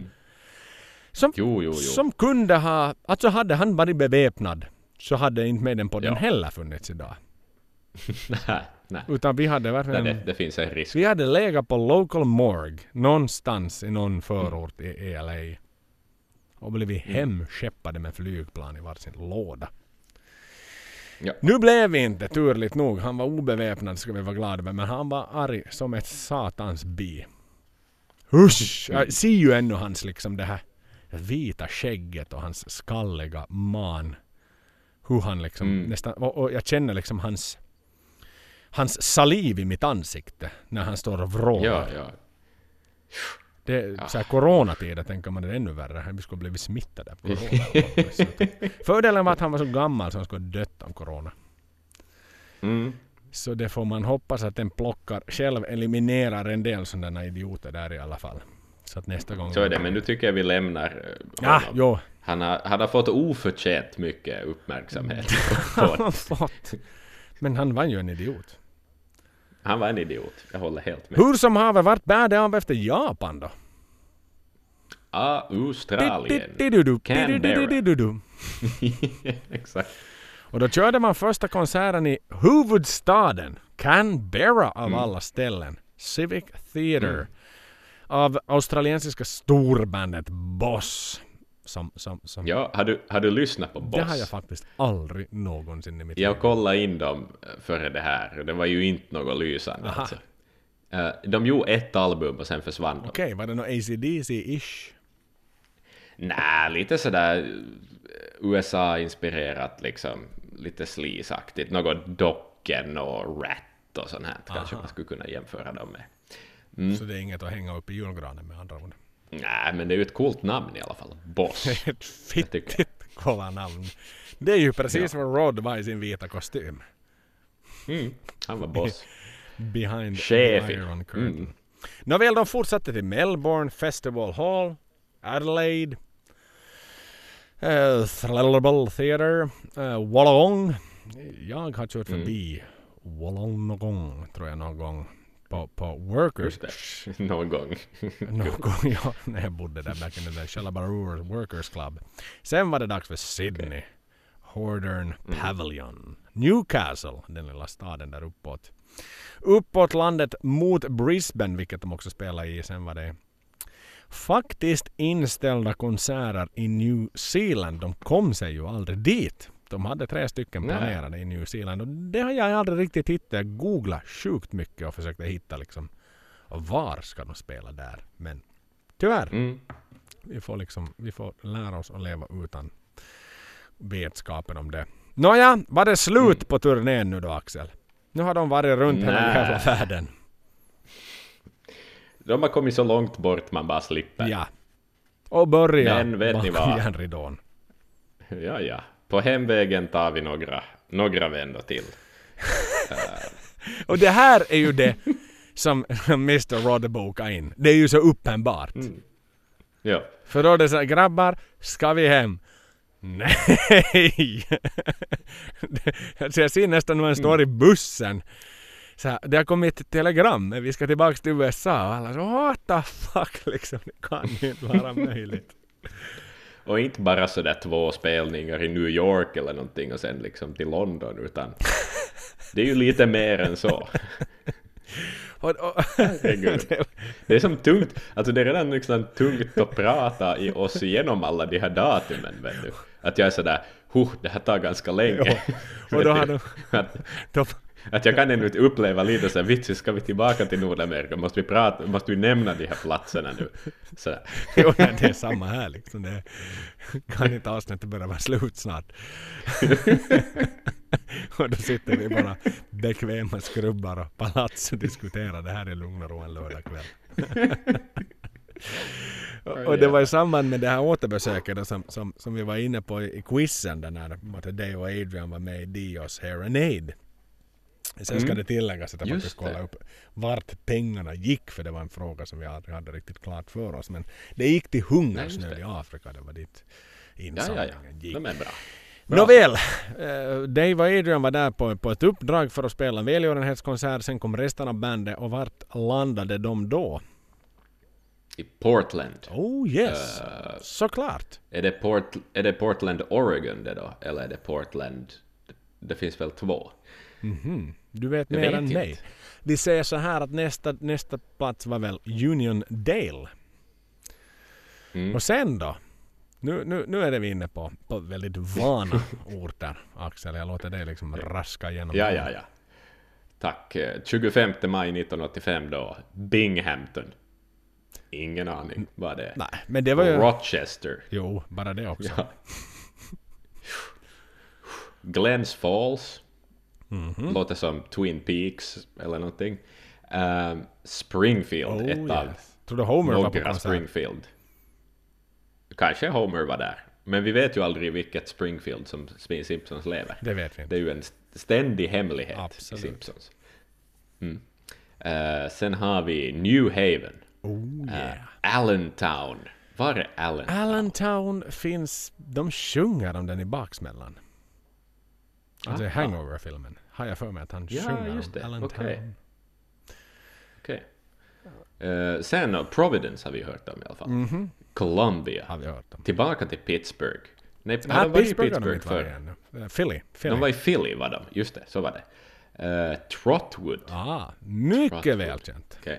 Som kunde ha... Alltså hade han varit beväpnad så hade inte med den på den heller funnits idag. Nej. Utan vi hade verkligen... Det finns en risk. Vi hade legat på local morgue någonstans i någon förort i LA. Och blivit hemskeppade med flygplan i varsin låda. Ja. Nu blev vi inte, turligt nog. Han var obeväpnad, ska vi vara glada med. Men han var arg som ett satans bi. Husch! Jag ser ju ännu hans liksom det här vita skägget och hans skalliga man. Hur han liksom nästan... Och jag känner liksom hans saliv i mitt ansikte när han står och vrålar. Ja. Det är så här coronatider, tänker man, det är ännu värre. Vi skulle blivit smittade av corona. Fördelen var att han var så gammal så han skulle dött av corona. Så det får man hoppas att den plockar, själv eliminerar en del sådana idioter där i alla fall. Så att nästa gång... Så är det, men nu tycker jag vi lämnar honom. Ja, jo. Han har fått oförtjänt mycket uppmärksamhet. Men han var ju en idiot. Han var en idiot, jag håller helt med. Hur som haver, vart bär det av efter Japan då? Australien. Canberra. Exakt. Och då körde man första konserten i huvudstaden Canberra av alla ställen. Civic Theatre. Av australiensiska storbandet Boss. Som Ja, har du lyssnat på Boss? Det har jag faktiskt aldrig någonsin i mitt liv. Jag kollade in dem före det här. Det var ju inte något lysande. Alltså. De gjorde ett album och sen försvann de. Okej, var det något AC/DC-ish? Nej, lite sådär USA-inspirerat liksom. Lite sleaze-aktigt. Något Docken och Rat och sånt här. Kanske man skulle kunna jämföra dem med. Så det är inget att hänga upp i julgranen med andra ord? Nej, men det är ju ett coolt namn i alla fall. Boss. Ett fittigt coola namn. Det är ju precis vad Rod var i sin vita kostym. Han var boss. Behind Chef. the Iron Curtain. Nåväl, de fortsatte till Melbourne, Festival Hall, Adelaide, Thrillable Theatre, Wollongong. Jag har kört förbi Wollongong, tror jag, någon gång på Workers. Någon gång. Ja, när jag bodde där back in the day. Shalabaroo Workers Club. Sen var det dags för Sydney. Hortern Pavilion. Newcastle, den lilla staden där uppåt landet mot Brisbane, vilket de också spelar i. Sen var det faktiskt inställda konserter i New Zealand. De kom sig ju aldrig dit. De hade 3 stycken planerade i New Zealand. Och det har jag aldrig riktigt hittat. Jag googlade sjukt mycket och försökte hitta liksom, var ska de spela där. Men tyvärr, vi får lära oss att leva utan vetskapen om det. Nåja, var det slut på turnén nu då, Axel? Nu har de varit runt hela jävla världen. De har kommit så långt bort man bara slipper. Ja. Och börja men vet ni vad? järnridån. Ja. På hemvägen tar vi några vändor till. Och det här är ju det som Mr. Rodde bokar in. Det är ju så uppenbart. Ja. För då är det så här, grabbar, ska vi hem? Nej! Så jag ser nästan när man står i bussen. Så här, det har kommit ett telegram, men vi ska tillbaka till USA. Och alla så, what the fuck, liksom, det kan ju inte vara möjligt. Och inte bara så där 2 spelningar i New York eller någonting och sen liksom till London, utan det är ju lite mer än så. Det är som tungt, alltså det är redan liksom tungt att prata i oss igenom alla de här datumen, vet du. Att jag är sådär, det här tar ganska länge. Och då har att jag kan ännu inte uppleva lite så här, vitsi, ska vi tillbaka till Nordamerika? Måste vi nämna de här platserna nu? Så. Jo, det är samma här liksom. Det kan inte avsnittet börja vara slut snart. Och då sitter vi bara bekväma skrubbar och palats och diskuterar det här i lugn och ro en lördagkväll. Och det var i samband med det här återbesöket som vi var inne på i quizen där när Dave och Adrian var med i Dios Serenade. Sen ska det tilläggas att jag faktiskt kolla upp vart pengarna gick, för det var en fråga som vi aldrig hade riktigt klart för oss. Men det gick till hungersnöd i Afrika, det var dit insamlingen gick. De är bra. Nåväl, Dave och Adrian var där på ett uppdrag för att spela en välgörenhetskonsert. Sen kom resten av bandet, och vart landade de då? I Portland. Oh yes, såklart. Är det Portland, Oregon det då? Eller är det Portland? Det finns väl 2. Du vet mer än mig. Vi säger så här att nästa plats var väl Uniondale. Och sen då? Nu är det vi inne på väldigt vana orter, Axel. Jag låter dig liksom raska igenom. Ja. Tack. 25 maj 1985 då. Binghamton. Ingen aning vad det är. Nej, men det var ju Rochester. Jo, bara det också. Ja. Glens Falls. Låter som Twin Peaks eller någonting. Springfield, ett av tror du Homer var på några konsert? Springfield. Kanske Homer var där. Men vi vet ju aldrig vilket Springfield som Simpsons lever. Det vet vi inte. Det är ju en ständig hemlighet. Absolut. I Simpsons. Sen har vi New Haven. Allentown. Var är Allentown? Allentown finns... De sjunger om den i baksmällan. Alltså Hangover-filmen. Har jag för mig att han sjunger just det. om Allentown. Okej. Sen Providence har vi hört om i alla fall. Columbia. Har vi hört om. Tillbaka till Pittsburgh. Nej, Pittsburgh de var i Pittsburgh för. Philly. De var i Philly, var de. Just det, så var det. Trotwood. Mycket välkänt. Okej.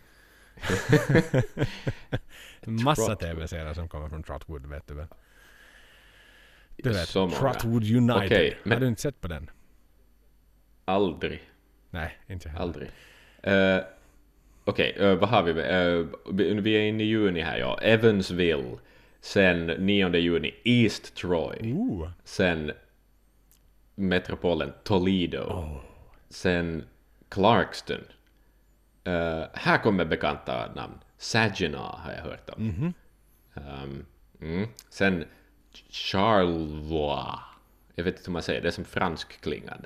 Massa tv-serier som kommer från Trotwood, vet du väl? Du vet, så många. Trotwood United. Okej, men har du inte sett på den? Aldrig. Nej, inte heller. Aldrig. Okej, vad har vi? Vi är inne i juni här, ja. Evansville. Sen 9 juni East Troy. Sen metropolen Toledo. Sen Clarkston. Här kommer bekanta namn. Saginaw har jag hört om. Sen Charlevoix. Jag vet inte hur man säger, det är som franskklingande.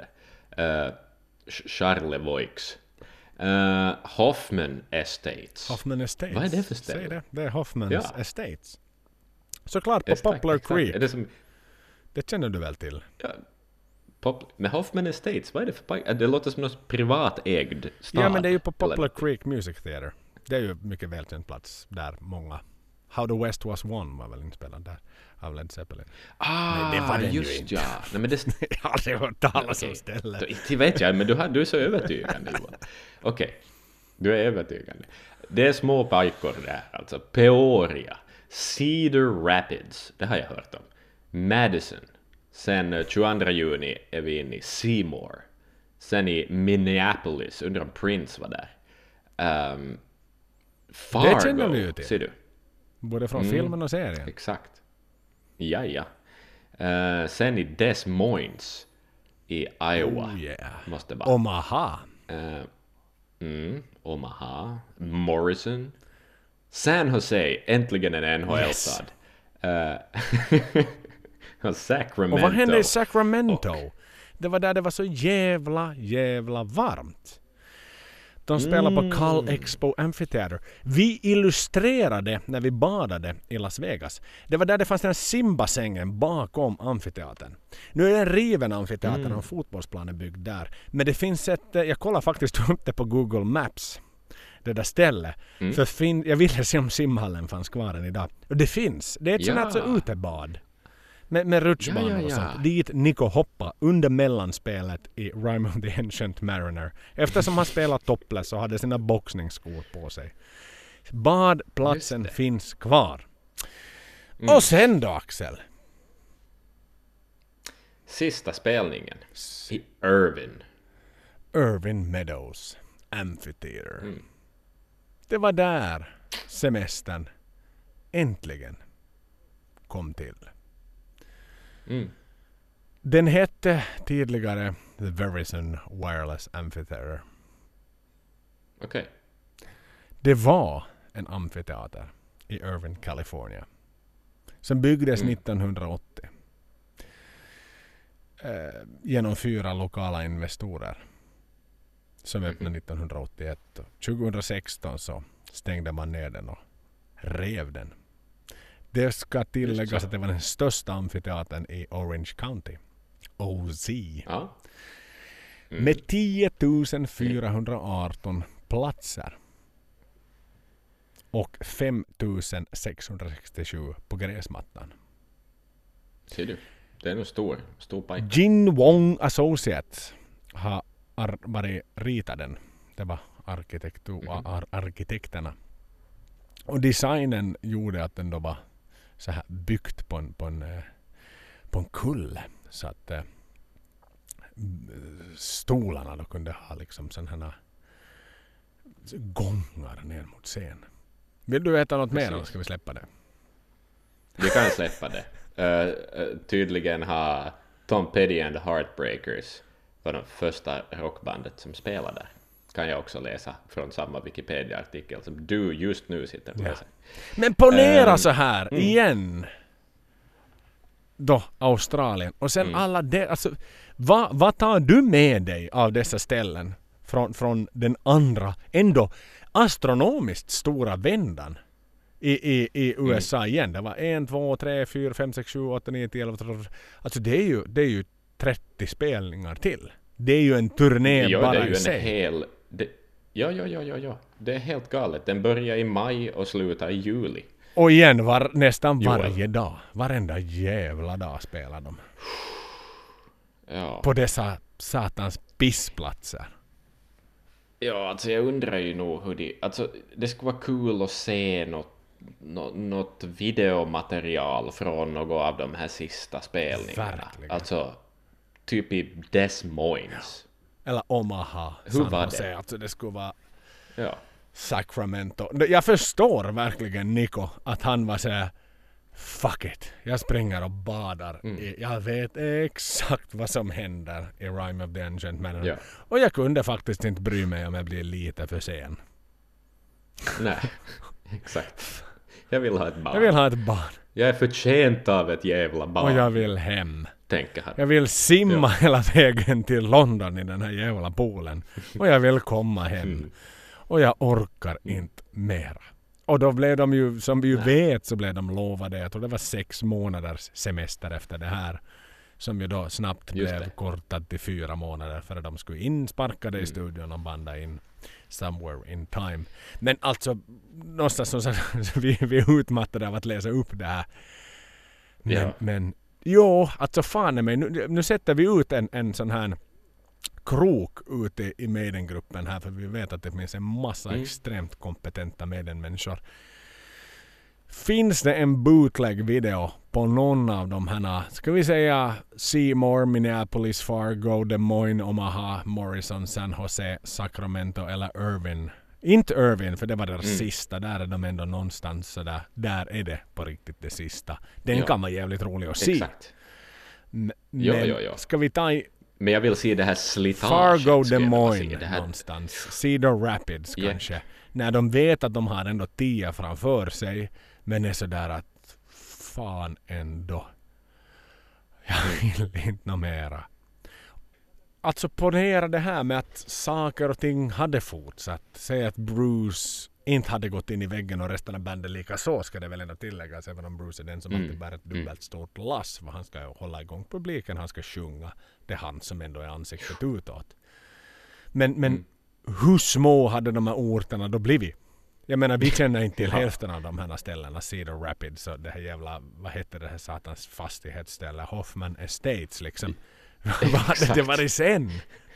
Charlevoix. Hoffman Estates. Hoffman Estates. Vad är det för ställe? Säg det. Det är Hoffmans Estates. Såklart på Poplar Creek. Är det, som, det känner du väl till? ja, Med Hoffman Estates, vad är det för park? Det låter som något privatägd stad. Ja, men det är ju på Poplar eller? Creek Music Theater. Det är ju mycket välkänd plats där många... How the West Was Won var väl inspelad där av Led Zeppelin. Ah, Nej, det var den ju just inte. ja. Nej, men det... Jag har aldrig hört talas om Okej. stället. Inte vet jag, men du är så övertygande, Johan. Okej, du är övertygande. Det är små pajkor där, alltså. Peoria, Cedar Rapids, det har jag hört om. Madison. Sen 22 juni är vi inne i Seymour. Sen i Minneapolis, undrar om Prince var där. Fargo, Det känner vi ju till. ser du. Både från filmen och serien. Exakt. Ja. Sen i Des Moines i Iowa. Oh yeah. Måste vara. Omaha. Omaha. Morrison. San Jose, äntligen en NHL-stad. Och Sacramento. Och vad hände i Sacramento? Det var där det var så jävla varmt. De spelade på Cal Expo Amphitheater. Vi illustrerade när vi badade i Las Vegas. Det var där det fanns den simbassängen bakom amfiteatern. Nu är det en riven amfiteater och en fotbollsplan är byggd där. Men det finns ett, jag kollar faktiskt upp det på Google Maps. Det där stället. För jag ville se om simhallen fanns kvar än idag. Och det finns. Det är ett sånt här så utebad. Med rutschbanor och sånt. Dit Nico hoppa under mellanspelet i Rime of the Ancient Mariner. Eftersom han spelar topless och hade sina boxningsskor på sig. Badplatsen finns kvar. Och sen då, Axel? Sista spelningen i Irvine. Irvine Meadows Amphitheater. Det var där semestern äntligen kom till. Den hette tidigare The Verizon Wireless Amphitheater. Okej. Det var en amfiteater i Irvine, California. Som byggdes 1980. Genom 4 lokala investorer. Som öppnade 1981. 2016 så stängde man ner den och rev den. Det ska tilläggas att det var den största amfiteatern i Orange County. OZ. Ja. Med 10 418 platser. Och 5 667 på gräsmattan. Ser du? Det är nog stor pajk. Jin Wong Associates har varit ritaren. Det var arkitekterna. Och designen gjorde att den då var så här byggt på en kulle. Så att stolarna då kunde ha liksom sådana här gångar ner mot scen. Vill du veta något mer eller ska vi släppa det? Vi kan släppa det. Tydligen har Tom Petty and the Heartbreakers var de första rockbandet som spelade där. Kan jag också läsa från samma Wikipedia-artikel som du just nu sitter och läser. Men ponera så här igen. Då Australien. Och sen alla det. Alltså, vad tar du med dig av dessa ställen från den andra ändå astronomiskt stora vändan i USA igen? Det var 1, 2, 3, 4, 5, 6, 7, 8, 9, 10, 11, 12. Alltså det är ju 30 spelningar till. Det är ju en turné bara i sig. Ja. Det är helt galet. Den börjar i maj och slutar i juli. Och igen nästan varje dag. Varenda jävla dag spelar de. Ja. På dessa satans pissplatser. Ja, alltså jag undrar ju nog hur alltså det skulle vara kul att se något videomaterial från något av de här sista spelningarna. Verkligen. Alltså typ i Des Moines. Eller Omaha. Hur var det? Alltså det skulle vara Sacramento. Jag förstår verkligen Nico att han var så här: fuck it. Jag springer och badar. Jag vet exakt vad som händer i Rime of the Ancient Mariner. Ja. Och jag kunde faktiskt inte bry mig om jag blir lite för sen. Nej, exakt. Jag vill ha ett bad. Jag är förtjänt av ett jävla bad. Och jag vill hem. Tänker han. Jag vill simma hela vägen till London i den här jävla poolen. Och jag vill komma hem. Och jag orkar inte mera. Och då blev de ju, som vi ju vet så blev de lovade, jag tror det var 6 månaders semester efter det här. som ju då snabbt Just blev det. kortad till 4 månader för att de skulle insparka det i studion och banda in Somewhere in Time. Men alltså någonstans så vi är utmattade av att läsa upp det här. Men jo, alltså fan mig, nu sätter vi ut en sån här krok ute i Maiden-gruppen här, för vi vet att det finns en massa extremt kompetenta Maiden-människor. Finns det en bootleg-video på någon av de här, ska vi säga Seymour, Minneapolis, Fargo, Des Moines, Omaha, Morrison, San Jose, Sacramento eller Irvine? Inte Irvine, för det var det sista. Där är de ändå någonstans sådär. Där är det på riktigt det sista. Den kan vara jävligt rolig att se. Exakt. Men Jo. ska vi ta Men jag vill se det här slitaget. Fargo, Des Moines någonstans. Cedar Rapids kanske. När de vet att de har ändå 10 framför sig. Men är sådär att fan ändå. Jag vill inte nå mera. Alltså ponera det här med att saker och ting hade fortsatt. Säg att Bruce inte hade gått in i väggen och resten av bandet lika så ska det väl ändå tilläggas, även om Bruce är den som alltid bär ett dubbelt stort lass, för han ska ju hålla igång publiken, han ska sjunga, det är han som ändå är ansiktet utåt. Men hur små hade de här orterna då blivit? Jag menar, vi känner inte till hälften av de här ställena, Cedar Rapids och det här jävla, vad heter det här satans fastighetsställe, Hoffman Estates liksom. Vad hade det varit sen?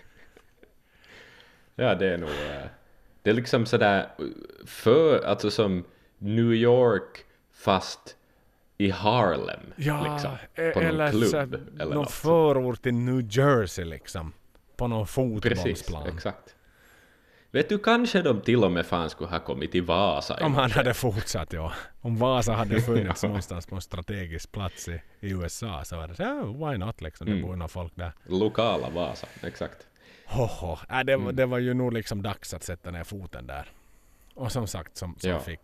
Ja, det är nog... Det är liksom sådär alltså som New York fast i Harlem. Ja, liksom, på eller någon klubb så, eller någon något. förort i New Jersey liksom. På någon fotbollsplan. Precis, exakt. Vet du, kanske de till och med fan skulle ha kommit till Vasa. Om han hade fortsatt, ja. Om Vasa hade funnits någonstans på en strategisk plats i USA så var det så, why not liksom, det bor några folk där. Lokala Vasa, exakt. Det var ju nog liksom dags att sätta ner foten där. Och som sagt, som fick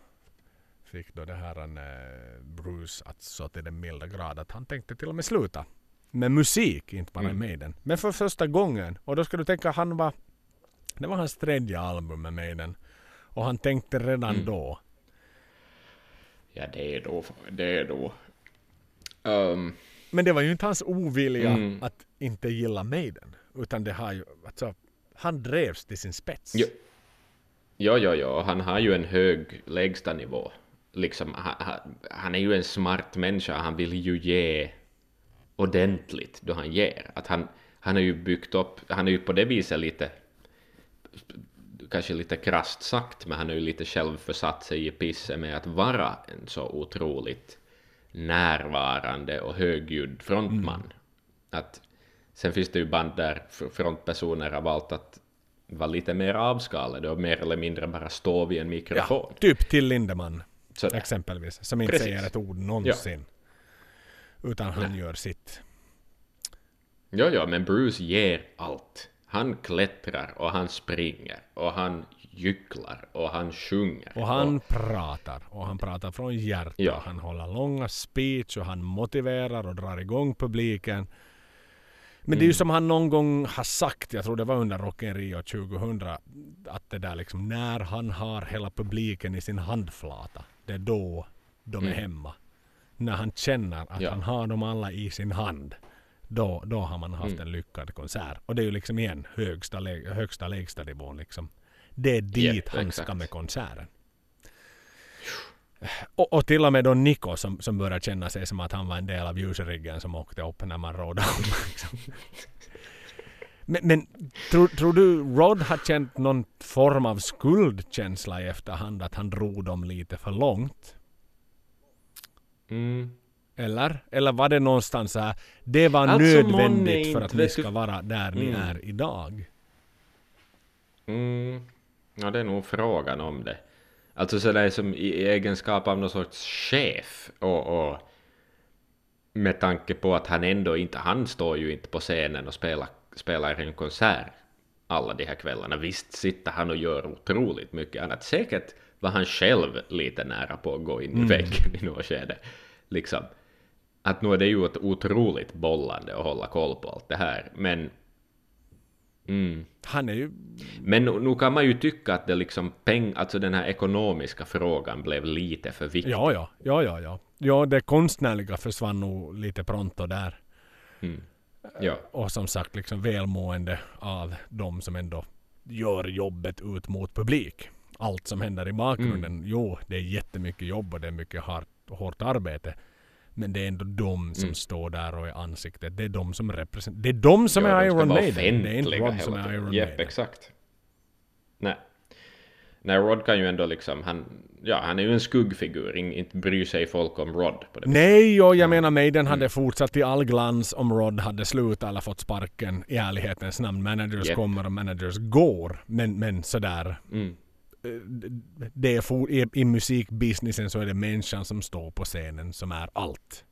då det här Bruce att så till den milda grad att han tänkte till och med sluta med musik, inte bara med den. Men för första gången, och då ska du tänka, det var hans 3:e album med Maiden. Och han tänkte redan då. Ja, det är då. Men det var ju inte hans ovilja att inte gilla Maiden. Utan det har ju, alltså, han drevs till sin spets. Ja. Han har ju en hög lägsta nivå. Liksom, han är ju en smart människa. Han vill ju ge ordentligt då han ger. Att han har ju byggt upp, han är ju på det viset lite, kanske lite krasst sagt, men han har ju lite själv försatt sig i pisset med att vara en så otroligt närvarande och högljudd frontman. Att sen finns det ju band där frontpersoner har valt att vara lite mer avskalade och mer eller mindre bara stå vid en mikrofon. Ja, typ till Lindemann sådär. Exempelvis, som inte säger ett ord någonsin. Utan han gör sitt. Ja, men Bruce ger allt. Han klättrar och han springer och han gycklar och han sjunger. Och han pratar. Och han pratar från hjärtat. Ja. Han håller långa speech och han motiverar och drar igång publiken. Men det är ju som han någon gång har sagt, jag tror det var under Rock in Rio 2000, att det där liksom, när han har hela publiken i sin handflata, det är då de är hemma. När han känner att han har dem alla i sin hand, då har man haft en lyckad konsert. Och det är ju liksom igen högsta lägsta nivån liksom. Det är dit han ska med konserten. Och till och med då Nico som börjar känna sig som att han var en del av ljusriggen som åkte upp när man rådde om. Liksom. Men tror du Rod har känt någon form av skuldkänsla i efterhand att han drog dem lite för långt? Eller var det någonstans så här, det var alltså, nödvändigt för att ni ska vara där ni är idag? Ja, det är nog frågan om det. Alltså så det är som i egenskap av någon sorts chef och med tanke på att han ändå inte, han står ju inte på scenen och spelar en konsert alla de här kvällarna. Visst sitter han och gör otroligt mycket annat. Säkert var han själv lite nära på att gå in i väggen i något skede. Liksom. Att nu är det ju ett otroligt bollande att hålla koll på allt det här. Men han är ju... Men nu kan man ju tycka att det liksom alltså den här ekonomiska frågan blev lite för viktig. Ja, det konstnärliga försvann nog lite pronto där. Ja. Och som sagt liksom välmående av de som ändå gör jobbet ut mot publik. Allt som händer i bakgrunden, jo, det är jättemycket jobb och det är mycket hårt arbete. Men det är ändå de som står där och är ansiktet. Det är de som representerar. Det är de som är Iron Maiden. Det är inte Rod som är Iron Maiden. Exakt. Nej, Rod kan ju ändå liksom, han är ju en skuggfigur. Inte bryr sig folk om Rod på det. Nej, och jag menar Maiden hade fortsatt i all glans om Rod hade slutat eller fått sparken i ärlighetens namn. Managers kommer och managers går. Men sådär. Det är i musikbusinessen så är det människan som står på scenen som är allt.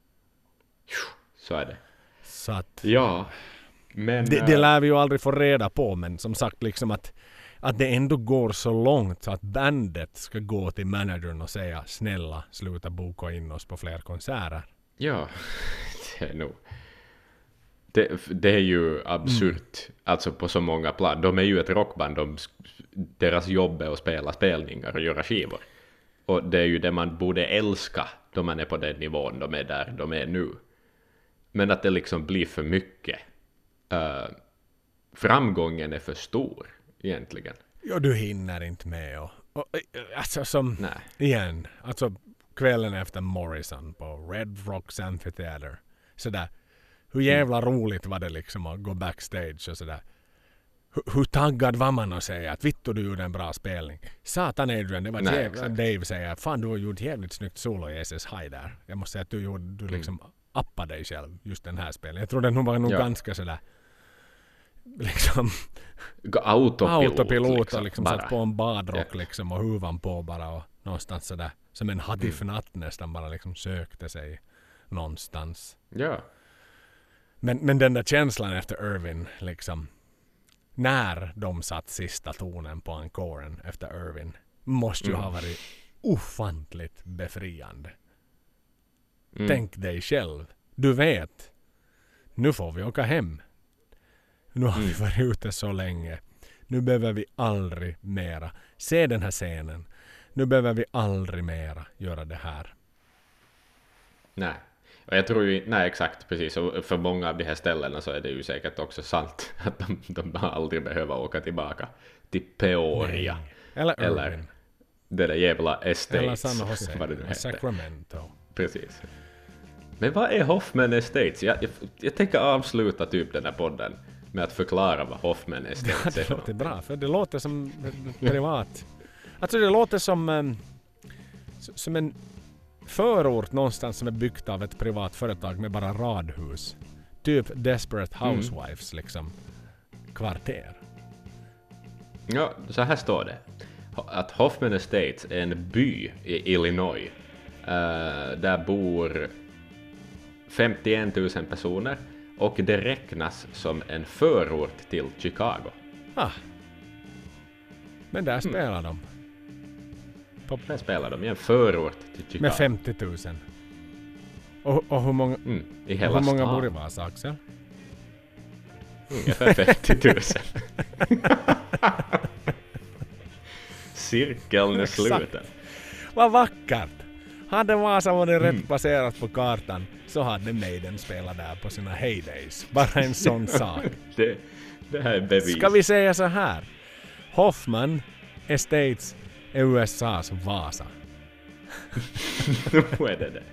Så är det. Så att ja, men det lär vi ju aldrig få reda på, men som sagt liksom att det ändå går så långt så att bandet ska gå till managern och säga snälla sluta boka in oss på fler konserter. Ja, det är nog det är ju absurt alltså på så många plan. De är ju ett rockband, deras jobb är att spela spelningar och göra skivor. Och det är ju det man borde älska då man är på den nivån de är där de är nu. Men att det liksom blir för mycket. Framgången är för stor egentligen. Ja, du hinner inte med. Alltså som igen, alltså kvällen efter Morrison på Red Rocks Amphitheater. Sådär. Hur jävla roligt var det liksom att gå backstage och sådär. Hur taggad var man att säga att vittu, du gjorde en bra spelning. Satan Adrian, det var Dave säger, fan du har gjort jävligt snyggt solo i SS High där. Jag måste säga att du liksom appade dig själv just den här spelningen. Jag tror den var nog ganska sådär liksom autopilot liksom satt på en badrock liksom och huvan på bara och någonstans sådär som en hadiffnatt nästan bara liksom sökte sig någonstans. Ja. Men den där känslan efter Irvin liksom när de satt sista tonen på enkoren efter Irvin måste ju ha varit ofantligt befriande. Tänk dig själv. Du vet, nu får vi åka hem. Nu har vi varit ute så länge. Nu behöver vi aldrig mera se den här scenen. Nu behöver vi aldrig mera göra det här. Nej. Och jag tror ju, nej exakt, precis. Och för många av de här ställena så är det ju säkert också sant att de aldrig behöver åka tillbaka till Peoria. Eller det där jävla Estate. Eller San Jose. Sacramento. Precis. Men vad är Hoffman Estates? Jag tänker avsluta typ den här podden med att förklara vad Hoffman Estates är. Det låter bra, för det låter som privat. Alltså det låter som en förort någonstans som är byggt av ett privat företag med bara radhus. Typ Desperate Housewives liksom. Kvarter. Ja, så här står det. Att Hoffman Estates är en by i Illinois. Där bor 51 000 personer och det räknas som en förort till Chicago. Men där spelar de. Där spelar de i en förort till Chicago. Med 50 000. Och hur många, i hela hur många stan. bor i Vasa, Axel? Ungefär 50 000. Cirkeln är sluten. Vad vackert! Hade Vasa varit rätt placerat på kartan så hade Maiden spelat där på sina heydays. Bara en sån sak. Det här är bevis. Ska vi säga så här? Hoffman Estates är USAs Vasa. Vad är det?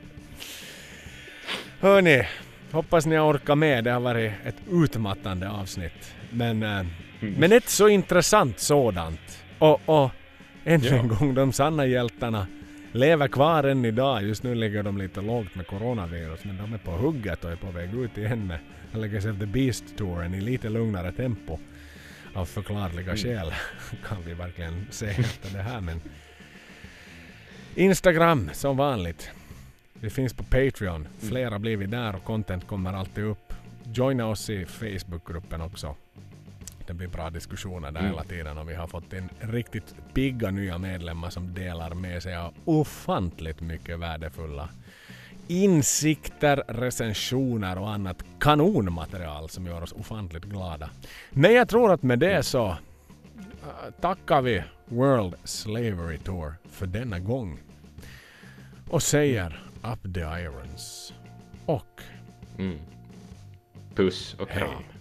Hörni, hoppas ni har orkat med. Det har varit ett utmattande avsnitt. Men ett så intressant sådant. Och än en gång, de sanna hjältarna lever kvar än idag. Just nu ligger de lite lågt med coronavirus, men de är på hugget och är på väg ut igen med Legacy of the Beast-touren i lite lugnare tempo. Av förklarliga skäl kan vi verkligen se efter det här. Men Instagram som vanligt. Vi finns på Patreon. Flera blir vi där och content kommer alltid upp. Joina oss i Facebookgruppen också. Det blir bra diskussioner där hela tiden och vi har fått in riktigt pigga nya medlemmar som delar med sig av ofantligt mycket värdefulla insikter, recensioner och annat kanonmaterial som gör oss ofantligt glada. Men jag tror att med det så tackar vi World Slavery Tour för denna gång och säger Up the Irons och Puss och kram. Hej.